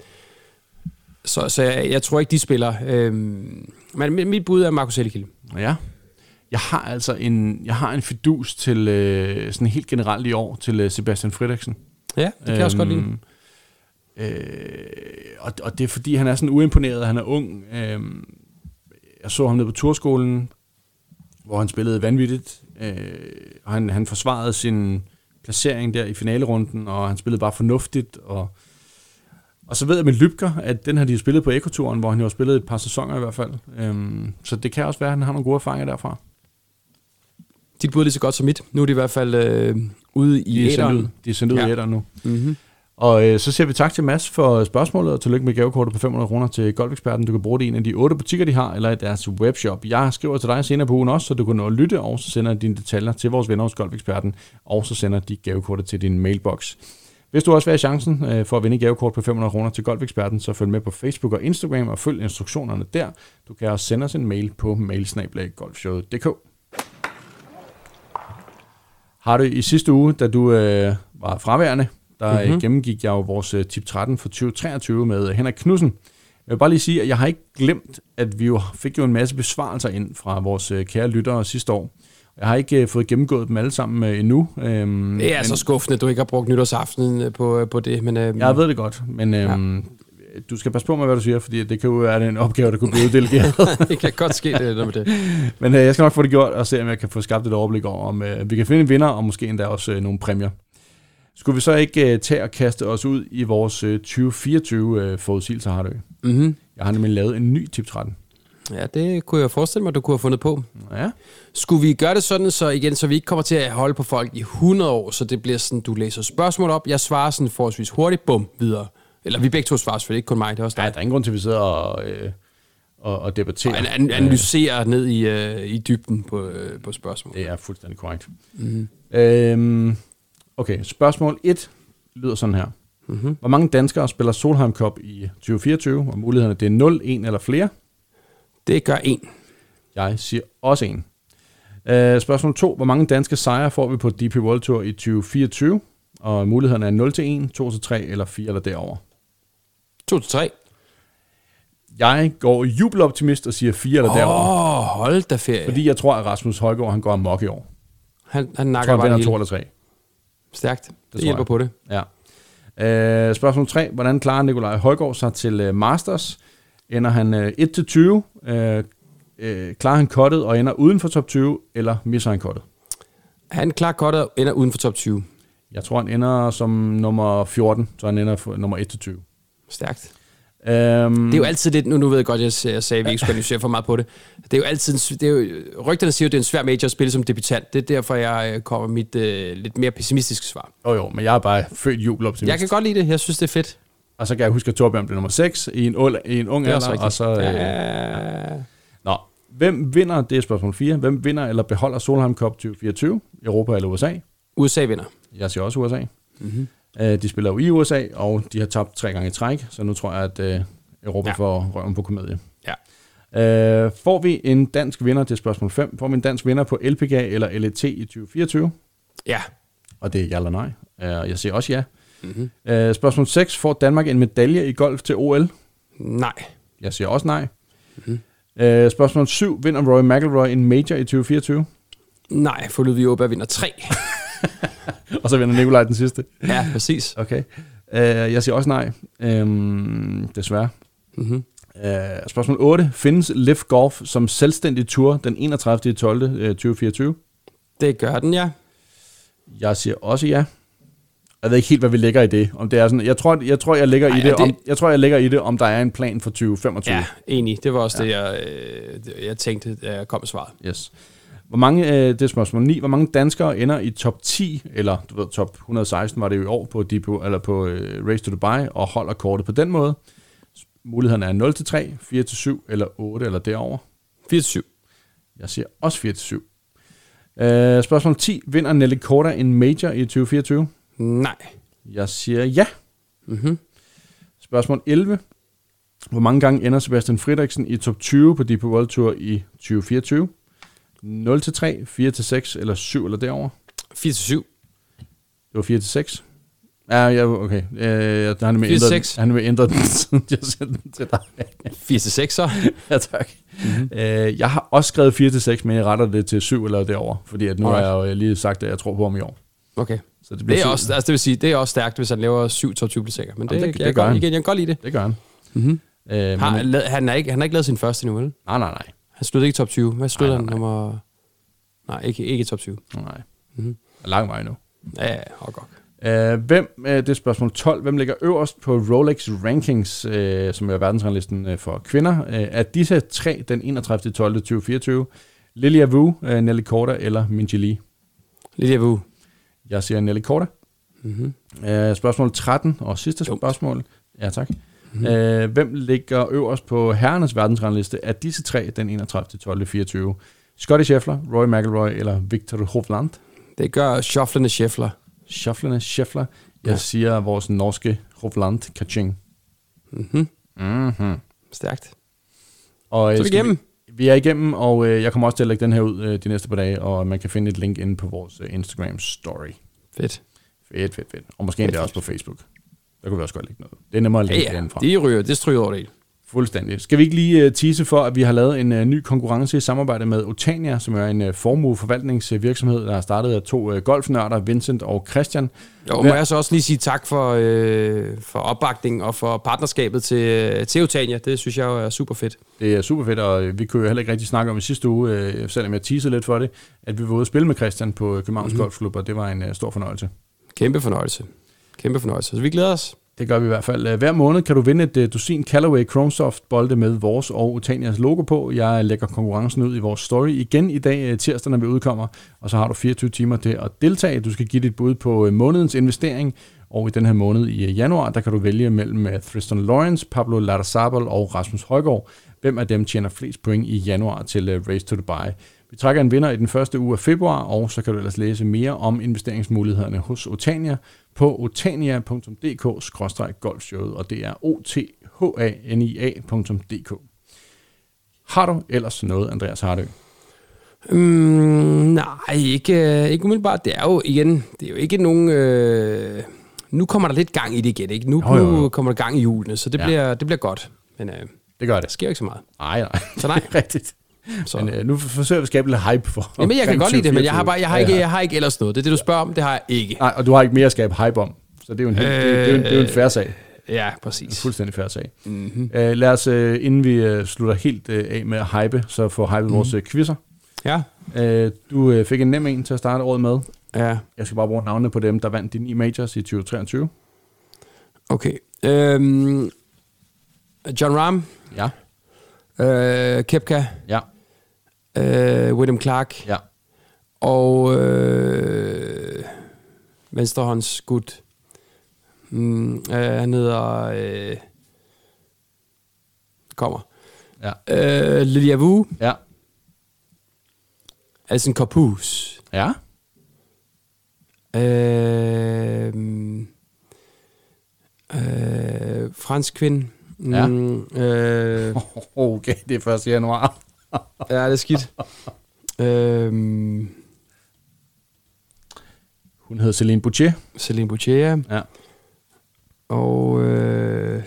så så jeg, jeg tror ikke, de spiller. Øhm, men mit bud er Markus Hellekilde. Ja. Jeg har altså en, jeg har en fidus til øh, sådan helt generelt i år til øh, Sebastian Frederiksen. Ja, det kan jeg også godt lide. Øh, og, og det er fordi, han er sådan uimponeret, han er ung. Øh, jeg så ham nede på turskolen, hvor han spillede vanvittigt. Øh, og han, han forsvarede sin placering der i finalerunden, og han spillede bare fornuftigt. Og, og så ved jeg med Lübker, at den har de jo spillet på Ekoturen, hvor han jo har spillet et par sæsoner i hvert fald. Øh, så det kan også være, at han har nogle gode erfaringer derfra. Dit bud er lige så godt som mit. Nu er de i hvert fald øh, ude i æteren. De er sendt ud ja. i æteren nu. Mm-hmm. Og øh, så siger vi tak til Mads for spørgsmålet, og tillykke med gavekortet på fem hundrede kroner til Golfeksperten. Du kan bruge det i en af de otte butikker, de har, eller i deres webshop. Jeg skriver til dig senere på ugen også, så du kan nå at lytte, og så sender dine detaljer til vores venner hos Golfeksperten, og så sender de gavekortet til din mailbox. Hvis du også vil have chancen øh, for at vinde gavekort på fem hundrede kroner til Golfeksperten, så følg med på Facebook og Instagram, og følg instruktionerne der. Du kan også sende os en mail på mail snabel-a golfshowet punktum d k. Har du i sidste uge, da du øh, var fraværende, der mm-hmm. gennemgik jeg jo vores uh, tip tretten for tyve treogtyve med Henrik Knudsen. Jeg vil bare lige sige, at jeg har ikke glemt, at vi jo fik jo en masse besvarelser ind fra vores uh, kære lyttere sidste år. Jeg har ikke uh, fået gennemgået dem alle sammen uh, endnu. Um, det er men, så skuffende, at du ikke har brugt nytårsaftenen på, på det. Men, um, jeg ved det godt, men um, ja. du skal passe på med, hvad du siger, fordi det kan jo være en opgave, der kunne blive uddelegeret. Det kan godt ske, det med det. Men uh, jeg skal nok få det gjort, og se, om jeg kan få skabt et overblik over, om uh, vi kan finde en vinder, og måske endda også uh, nogle præmier. Skulle vi så ikke uh, tage og kaste os ud i vores uh, tyve fireogtyve uh, forudsigelser, har du? Mm-hmm. Jeg har nemlig lavet en ny tip tretten. Ja, det kunne jeg forestille mig, du kunne have fundet på. Ja. Skulle vi gøre det sådan, så igen, så vi ikke kommer til at holde på folk i hundrede år, så det bliver sådan, du læser spørgsmål op, jeg svarer sådan forholdsvis hurtigt, bum, videre. Eller vi begge to svarer selvfølgelig, ikke kun mig, det er også dig. Ja, der er ingen grund til, at vi sidder og, øh, og, og debatterer. Og an- analyserer ned i, øh, i dybden på, øh, på spørgsmål. Det er fuldstændig korrekt. Mm-hmm. Øhm, okay, spørgsmål et lyder sådan her. Mm-hmm. Hvor mange danskere spiller Solheim Cup i tyve fireogtyve, og mulighederne det er nul, en eller flere? Det gør en. Jeg siger også en. Øh, spørgsmål to. Hvor mange danske sejre får vi på D P World Tour i tyve fireogtyve? Og mulighederne er nul til en, to til tre eller fire eller derover. to til tre. Jeg går jubeloptimist og siger fire eller oh, derover. Åh, hold da ferie. Fordi jeg tror, at Rasmus Højgaard han går amok i år. Han, han nakker jeg tror, han bare vinder to eller tre. Stærkt. Det, det jeg. hjælper på det. Ja. Øh, spørgsmål tre. Hvordan klarer Nikolaj Højgaard sig til uh, Masters? Ender han uh, et til tyve? Øh, øh, klarer han cuttet og ender uden for top tyve? Eller misser han cuttet? Han klarer cuttet og ender uden for top tyve. Jeg tror, han ender som nummer fjorten, så han ender for nummer et til tyve. Stærkt. Um, det er jo altid lidt, nu, nu ved jeg godt, jeg, jeg sagde, at vi ikke skulle analysere for meget på det. Det er jo altid, det er jo, rygterne siger jo, at det er en svær major at spille som debutant. Det er derfor, jeg kommer med mit uh, lidt mere pessimistiske svar. Jo jo, men jeg er bare født jubeloptimist. Jeg kan godt lide det, jeg synes, det er fedt. Og så kan jeg huske, at Torbjørn blev nummer seks i en, i en ung alder, og så... Ja. Øh, ja. Nå, hvem vinder, det er spørgsmål fire, hvem vinder eller beholder Solheim Cup tyve fireogtyve? Europa eller U S A? U S A vinder. Jeg siger også U S A. Mm-hmm. Uh, de spiller jo i U S A, og de har tabt tre gange i træk, så nu tror jeg, at uh, Europa ja. får røven på komedie. Ja. Uh, får vi en dansk vinder, det er spørgsmål fem, får vi en dansk vinder på L P G A eller L E T i tyve fireogtyve? Ja. Og det er ja eller nej. Uh, jeg siger også ja. Mm-hmm. Uh, spørgsmål seks, får Danmark en medalje i golf til O L? Nej. Jeg siger også nej. Mm-hmm. Uh, spørgsmål syv, vinder Rory McIlroy en major i tyve fireogtyve? Nej, for Ludvig Åberg vinder tre. Og så vinder Nikolaj den sidste. Ja, præcis. Okay. Uh, jeg siger også nej. Um, desværre. Mm-hmm. Uh, spørgsmål otte. Findes Liv Golf som selvstændig tour den enogtredivte tolvte tyve fireogtyve? Det gør den, ja. Jeg siger også ja. Jeg ved ikke helt, hvad vi lægger i det. Om det er sådan, jeg tror, jeg tror, jeg lægger Ej, i det, det... Om, jeg tror, jeg lægger i det, om der er en plan for tyve femogtyve. Ja, enig. Det var også ja. det, jeg, øh, jeg tænkte, da jeg kom med svaret. Yes. Hvor mange, øh, det er spørgsmål ni, hvor mange danskere ender i top ti, eller du ved, top et hundrede og seksten var det jo i år på, Depo, eller på øh, Race to Dubai, og holder kortet på den måde? Muligheden er nul til tre, fire til syv, eller otte, eller derover. fire til syv. Jeg siger også fire til syv. Øh, spørgsmål ti, vinder Nelly Korda en major i tyve fireogtyve? Nej. Jeg siger ja. Mm-hmm. Spørgsmål elleve. Hvor mange gange ender Sebastian Frederiksen i top tyve på D P World Tour i tyve fireogtyve? nul til tre, fire til seks eller syv eller derover? fire til syv. Det var fire til seks. Ja, ja, okay. Øh, han er med ændret den, han er med ændret den, siden jeg sendte den til dig. fire til seks så? Ja, tak. Mm-hmm. Øh, jeg har også skrevet fire til seks, men jeg retter det til syv eller derover, fordi at nu har jeg jo lige sagt, at jeg tror på ham i år. Okay. Så det, det, er også, altså det vil sige, det er også stærkt, hvis han laver syv top tyve placeringer. Men det, Jamen, det, det jeg, gør godt, han. igen, jeg kan godt lide det. Det gør han. Mm-hmm. Øh, har, men, han, han, er ikke, han har ikke lavet sin første endnu, vel? Nej, nej, nej. Han sluttede ikke i top tyve. Hvad sluttede nej, han? nej. Nummer... Nej, ikke, ikke i top tyve. Nej. Mm-hmm. Lang vej nu. Ja, ja, og godt. Uh, hvem, uh, det er spørgsmål tolv. Hvem ligger øverst på Rolex Rankings, uh, som er verdensranglisten uh, for kvinder? Uh, er disse tre den enogtredivte tolvte tyve fireogtyve? Lilia Wu, uh, Nelly Korda eller Minji Lee? Lilia Wu. Jeg siger Nelly Korda. Mm-hmm. Uh, spørgsmål tretten og sidste Dumt. spørgsmål. Ja, tak. Mm-hmm. Uh, hvem ligger øverst på herrenes verdensrangliste? Er disse tre den enogtredivte tolvte fireogtyve? Scottie Scheffler, Rory McIlroy eller Victor Hovland? Det gør shufflende Scheffler. Shufflende Scheffler. Jeg Ja. siger vores norske Hovland Kaching. Mm-hmm. Mhm. Stærkt. Og, Så er vi skal igennem. Vi, vi er igennem, og øh, jeg kommer også til at lægge den her ud øh, de næste par dage, og man kan finde et link inde på vores øh, Instagram story. Fedt. Fedt, fedt, fedt. Og måske Fedt, endda fedt. også på Facebook. Der kunne vi også godt lægge noget. Det er nemmere at Ja, lægge ja. det indfra. De ryger, det stryger over det hele. Fuldstændig. Skal vi ikke lige uh, tease for, at vi har lavet en uh, ny konkurrence i samarbejde med Otania, som er en uh, formueforvaltningsvirksomhed, der har startet af to uh, golfnørder, Vincent og Christian. Jo, må jeg så også lige sige tak for, øh, for opbakningen og for partnerskabet til, til Otania. Det synes jeg jo er super fedt. Det er super fedt, og vi kunne jo heller ikke rigtig snakke om i sidste uge, uh, selvom jeg teasede lidt for det, at vi var ude at spille med Christian på Københavns mm-hmm. Golfklub, og det var en uh, stor fornøjelse. Kæmpe fornøjelse. Kæmpe fornøjelse. Så vi glæder os. Det gør vi i hvert fald. Hver måned kan du vinde et uh, dusin Callaway Chromesoft bolde med vores og Otanias logo på. Jeg lægger konkurrencen ud i vores story igen i dag, tirsdag, når vi udkommer. Og så har du fireogtyve timer til at deltage. Du skal give dit bud på uh, månedens investering. Og i den her måned i uh, januar, der kan du vælge mellem uh, Tristan Lawrence, Pablo Larrazabal og Rasmus Højgaard. Hvem af dem tjener flest point i januar til uh, Race to Dubai? Vi trækker en vinder i den første uge af februar, og så kan du ellers læse mere om investeringsmulighederne hos Otania på otania punktum d k skråstreg golfshowet, og det er o t h a n i a punktum d k. Har du ellers noget, Andreas Hardø? Mm, nej, ikke, ikke umiddelbart. Det er jo igen, det er jo ikke nogen... Øh, nu kommer der lidt gang i det igen, ikke? Nu, Jo, jo, jo. nu kommer der gang i hjulene, så det, Ja. bliver, det bliver godt. Men øh, Det gør der det. sker jo ikke så meget. Nej, nej. Så nej. Rigtigt. Så. Men øh, nu forsøger vi at skabe lidt hype for. Jamen, jeg kan omkring godt lide det, men jeg har, tyve bare, jeg, har fireogtyve. ikke, jeg har ikke ellers noget. Det er det, du spørger om. Det har jeg ikke. Nej, og du har ikke mere at skabe hype om. Så det er jo en, helt, det, det er jo en, det er jo en fair sag. Ja, En præcis. fuldstændig fair sag. Mm-hmm. Uh, lad os, uh, inden vi uh, slutter helt uh, af med at hype, så få hypet mm. vores uh, quizzer. Ja. Uh, du uh, fik en nem en til at starte året med. Ja, Jeg skal bare bruge navnene på dem, der vandt de ni majors i tyve treogtyve. okay. Øhm, John Rahm, Ja, øh, Koepka, ja, øh, Wyndham Clark ja. og øh, venstrehåndsskud. Mm, øh, han hedder... Øh, kommer. Ja, Øh, Lilia Wu, ja, Alison Corpus. ja. Øh, øh, fransk kvinde. Ja. Mm, øh, Okay, det er første januar. ja, det er skidt. øhm, Hun hedder Celine Boucher. Celine Boucher. Ja. Og øh,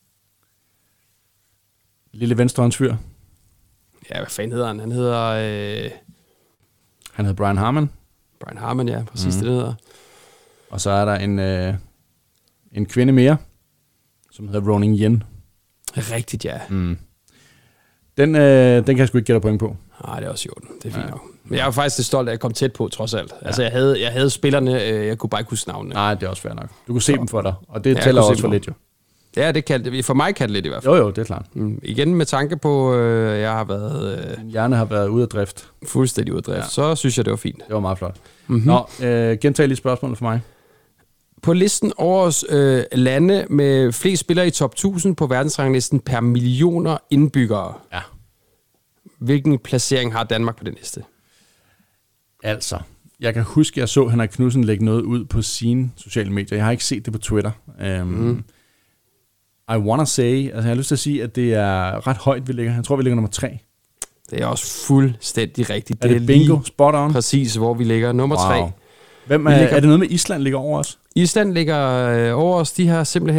Lille venstrehåndsfyr. ja, hvad fanden hedder han? Han hedder øh, Han hedder Brian Harman. Brian Harman, ja, præcis Mhm. det, det hedder. Og så er der en, øh, en kvinde mere, som hedder Ronin Yen. Rigtigt, ja. Mm. Den, øh, den kan jeg sgu ikke gætte dig point på. Nej, det er også i orden. Det er fint Ja. nok. Men jeg er jo faktisk lidt stolt af, at jeg kom tæt på, trods alt. Ja. Altså, jeg havde, jeg havde spillerne, øh, jeg kunne bare ikke huske navnene. Nej, det er også fair nok. Du kunne se Så. dem for dig, og det Ja, jeg tæller kunne se også for dem. lidt jo. Ja, det kan det. For mig kan det lidt i hvert fald. Jo, jo, det er klart. Mm, igen med tanke på, øh, jeg har været øh, Din hjerne har været ude af drift. fuldstændig uddrift, Ja. ja. Så synes jeg, det var fint. Det var meget flot. Mm-hmm. Nå, øh, gentag lige spørgsmålet for mig. På listen over øh, lande med flest spillere i top tusind på verdensranglisten per millioner indbyggere. Ja. Hvilken placering har Danmark på den liste? Altså, jeg kan huske, at jeg så Henrik Knudsen lægge noget ud på sine sociale medier. Jeg har ikke set det på Twitter. Um, mm. I wanna say, altså jeg har lyst til at sige, at det er ret højt, vi ligger. Jeg tror, vi ligger nummer tre. Det er også fuldstændig rigtigt. Er det, det bingo? lige Spot on? præcis, hvor vi ligger. Nummer Wow. tre. Hvem Vi er, ligger- er det noget med Island ligger over os? Island ligger øh, over os. De har simpelthen øh,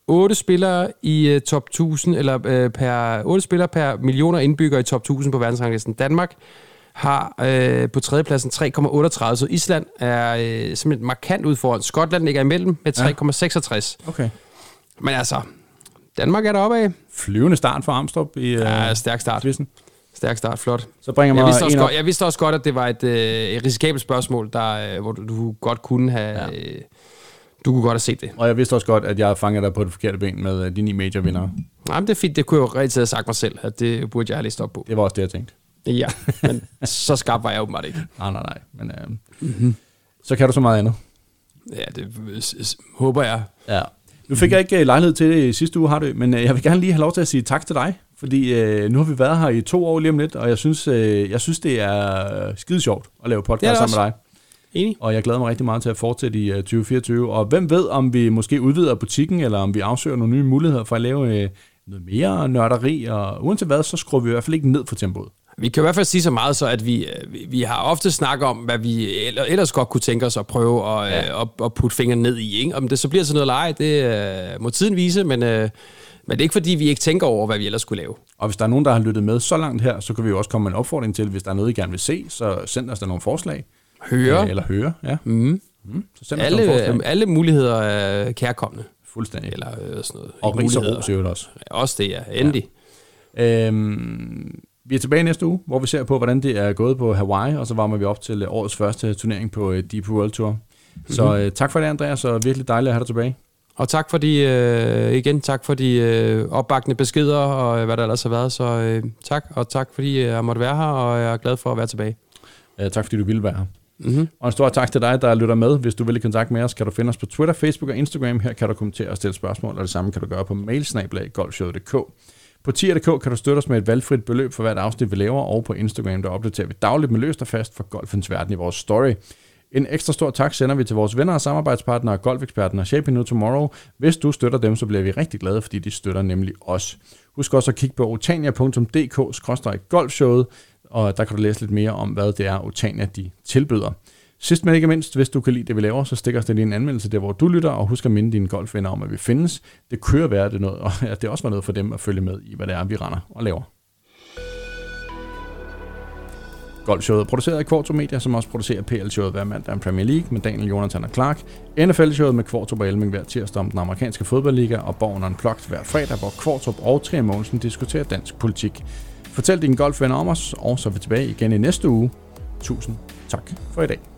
otte spillere i uh, top tusind, eller uh, per otte spillere per millioner indbyggere i top tusind på verdensranglisten. Danmark har uh, på tredjepladsen tre komma otteogtredive, så Island er uh, simpelthen markant ud foran. Skotland ligger imellem med tre komma seksogtres. Ja. Okay. Men altså, Danmark er deroppe af. Flyvende start for Armstrong i uh, ja, stærk start. Quizzen. Stærk start, flot. Så bringer mig jeg, vidste også en godt, jeg vidste også godt, at det var et, øh, et risikabelt spørgsmål, der, øh, hvor du, du godt kunne have... Ja. Øh, du kunne godt have set det. Og jeg vidste også godt, at jeg fangede dig på det forkerte ben med øh, de ni major-vindere. Nej, men det er fint. Det kunne jeg jo rigtig have sagt mig selv, at det burde jeg have læst op på. Det var også det, jeg tænkte. Ja, men så skarp var jeg åbenbart ikke. Nej, nej, nej. Men, øh, mm-hmm. Så kan du så meget andet. Ja, det håber jeg. Ja. Nu fik jeg ikke lejlighed til det i sidste uge, har du, men jeg vil gerne lige have lov til at sige tak til dig, fordi øh, nu har vi været her i to år lige om lidt, og jeg synes, øh, jeg synes det er skide sjovt at lave podcast sammen med dig. Enig. Og jeg glæder mig rigtig meget til at fortsætte i uh, tyve fireogtyve, og hvem ved, om vi måske udvider butikken, eller om vi afsøger nogle nye muligheder for at lave øh, noget mere nørderi, og uanset hvad, så skruer vi i hvert fald ikke ned for tempoet. Vi kan i hvert fald sige så meget, så at vi, vi, vi har ofte snakket om, hvad vi ellers godt kunne tænke os at prøve at, ja. at, at putte fingeren ned i. Ikke? Om det så bliver sådan noget leje, det uh, må tiden vise, men, uh, men det er ikke fordi, vi ikke tænker over, hvad vi ellers skulle lave. Og hvis der er nogen, der har lyttet med så langt her, så kan vi jo også komme med en opfordring til, hvis der er noget, I gerne vil se, så send os der nogle forslag. Høre. Ja, eller høre, ja. Mm. Mm. Så send alle, os nogle forslag. Alle muligheder er kærkommende. Fuldstændig. Eller øh, sådan noget. Og ris og ros i øvrigt også. Ja, også det, ja. Endelig. Ja. Øhm, vi er tilbage næste uge, hvor vi ser på, hvordan det er gået på Hawaii, og så varmer vi op til årets første turnering på Deep World Tour. Mm-hmm. Så øh, tak for det, Andreas, og virkelig dejligt at have dig tilbage. Og tak for de, øh, igen, tak for de øh, opbakkende beskeder, og hvad der ellers har været. Så øh, tak, og tak fordi jeg måtte være her, og jeg er glad for at være tilbage. Øh, tak fordi du ville være her. Mm-hmm. Og en stor tak til dig, der lytter med. Hvis du vil i kontakt med os, kan du finde os på Twitter, Facebook og Instagram. Her kan du kommentere og stille spørgsmål, og det samme kan du gøre på mail snabel-a golfshowet punktum d k. På tier punktum d k kan du støtte os med et valgfrit beløb for hvert afsnit, vi laver, og på Instagram, der opdaterer vi dagligt med løst og fast for golfens verden i vores story. En ekstra stor tak sender vi til vores venner og samarbejdspartnere, golfeksperten og Shaping New Tomorrow. Hvis du støtter dem, så bliver vi rigtig glade, fordi de støtter nemlig os. Husk også at kigge på otania punktum d k skråstreg golfshowet, og der kan du læse lidt mere om, hvad det er, Otania de tilbyder. Sidst men ikke mindst, hvis du kan lide det, vi laver, så stik os det lige en anmeldelse der, hvor du lytter, og husk at minde dine golfvenner om, at vi findes. Det kører være det noget, og at det også var noget for dem at følge med i, hvad det er, vi render og laver. Golfshowet er produceret af Kvartrup Media, som også producerer P L-showet hver mandag om Premier League med Daniel, Jonathan og Clark, N F L-showet med Kvartrup og Elming hver tirsdag om den amerikanske fodboldliga, og Borgen Unplugged hver fredag, hvor Kvartrup og Trier Mogensen diskuterer dansk politik. Fortæl dine golfvenner om os, og så er vi tilbage igen i næste uge. Tusind tak for i dag.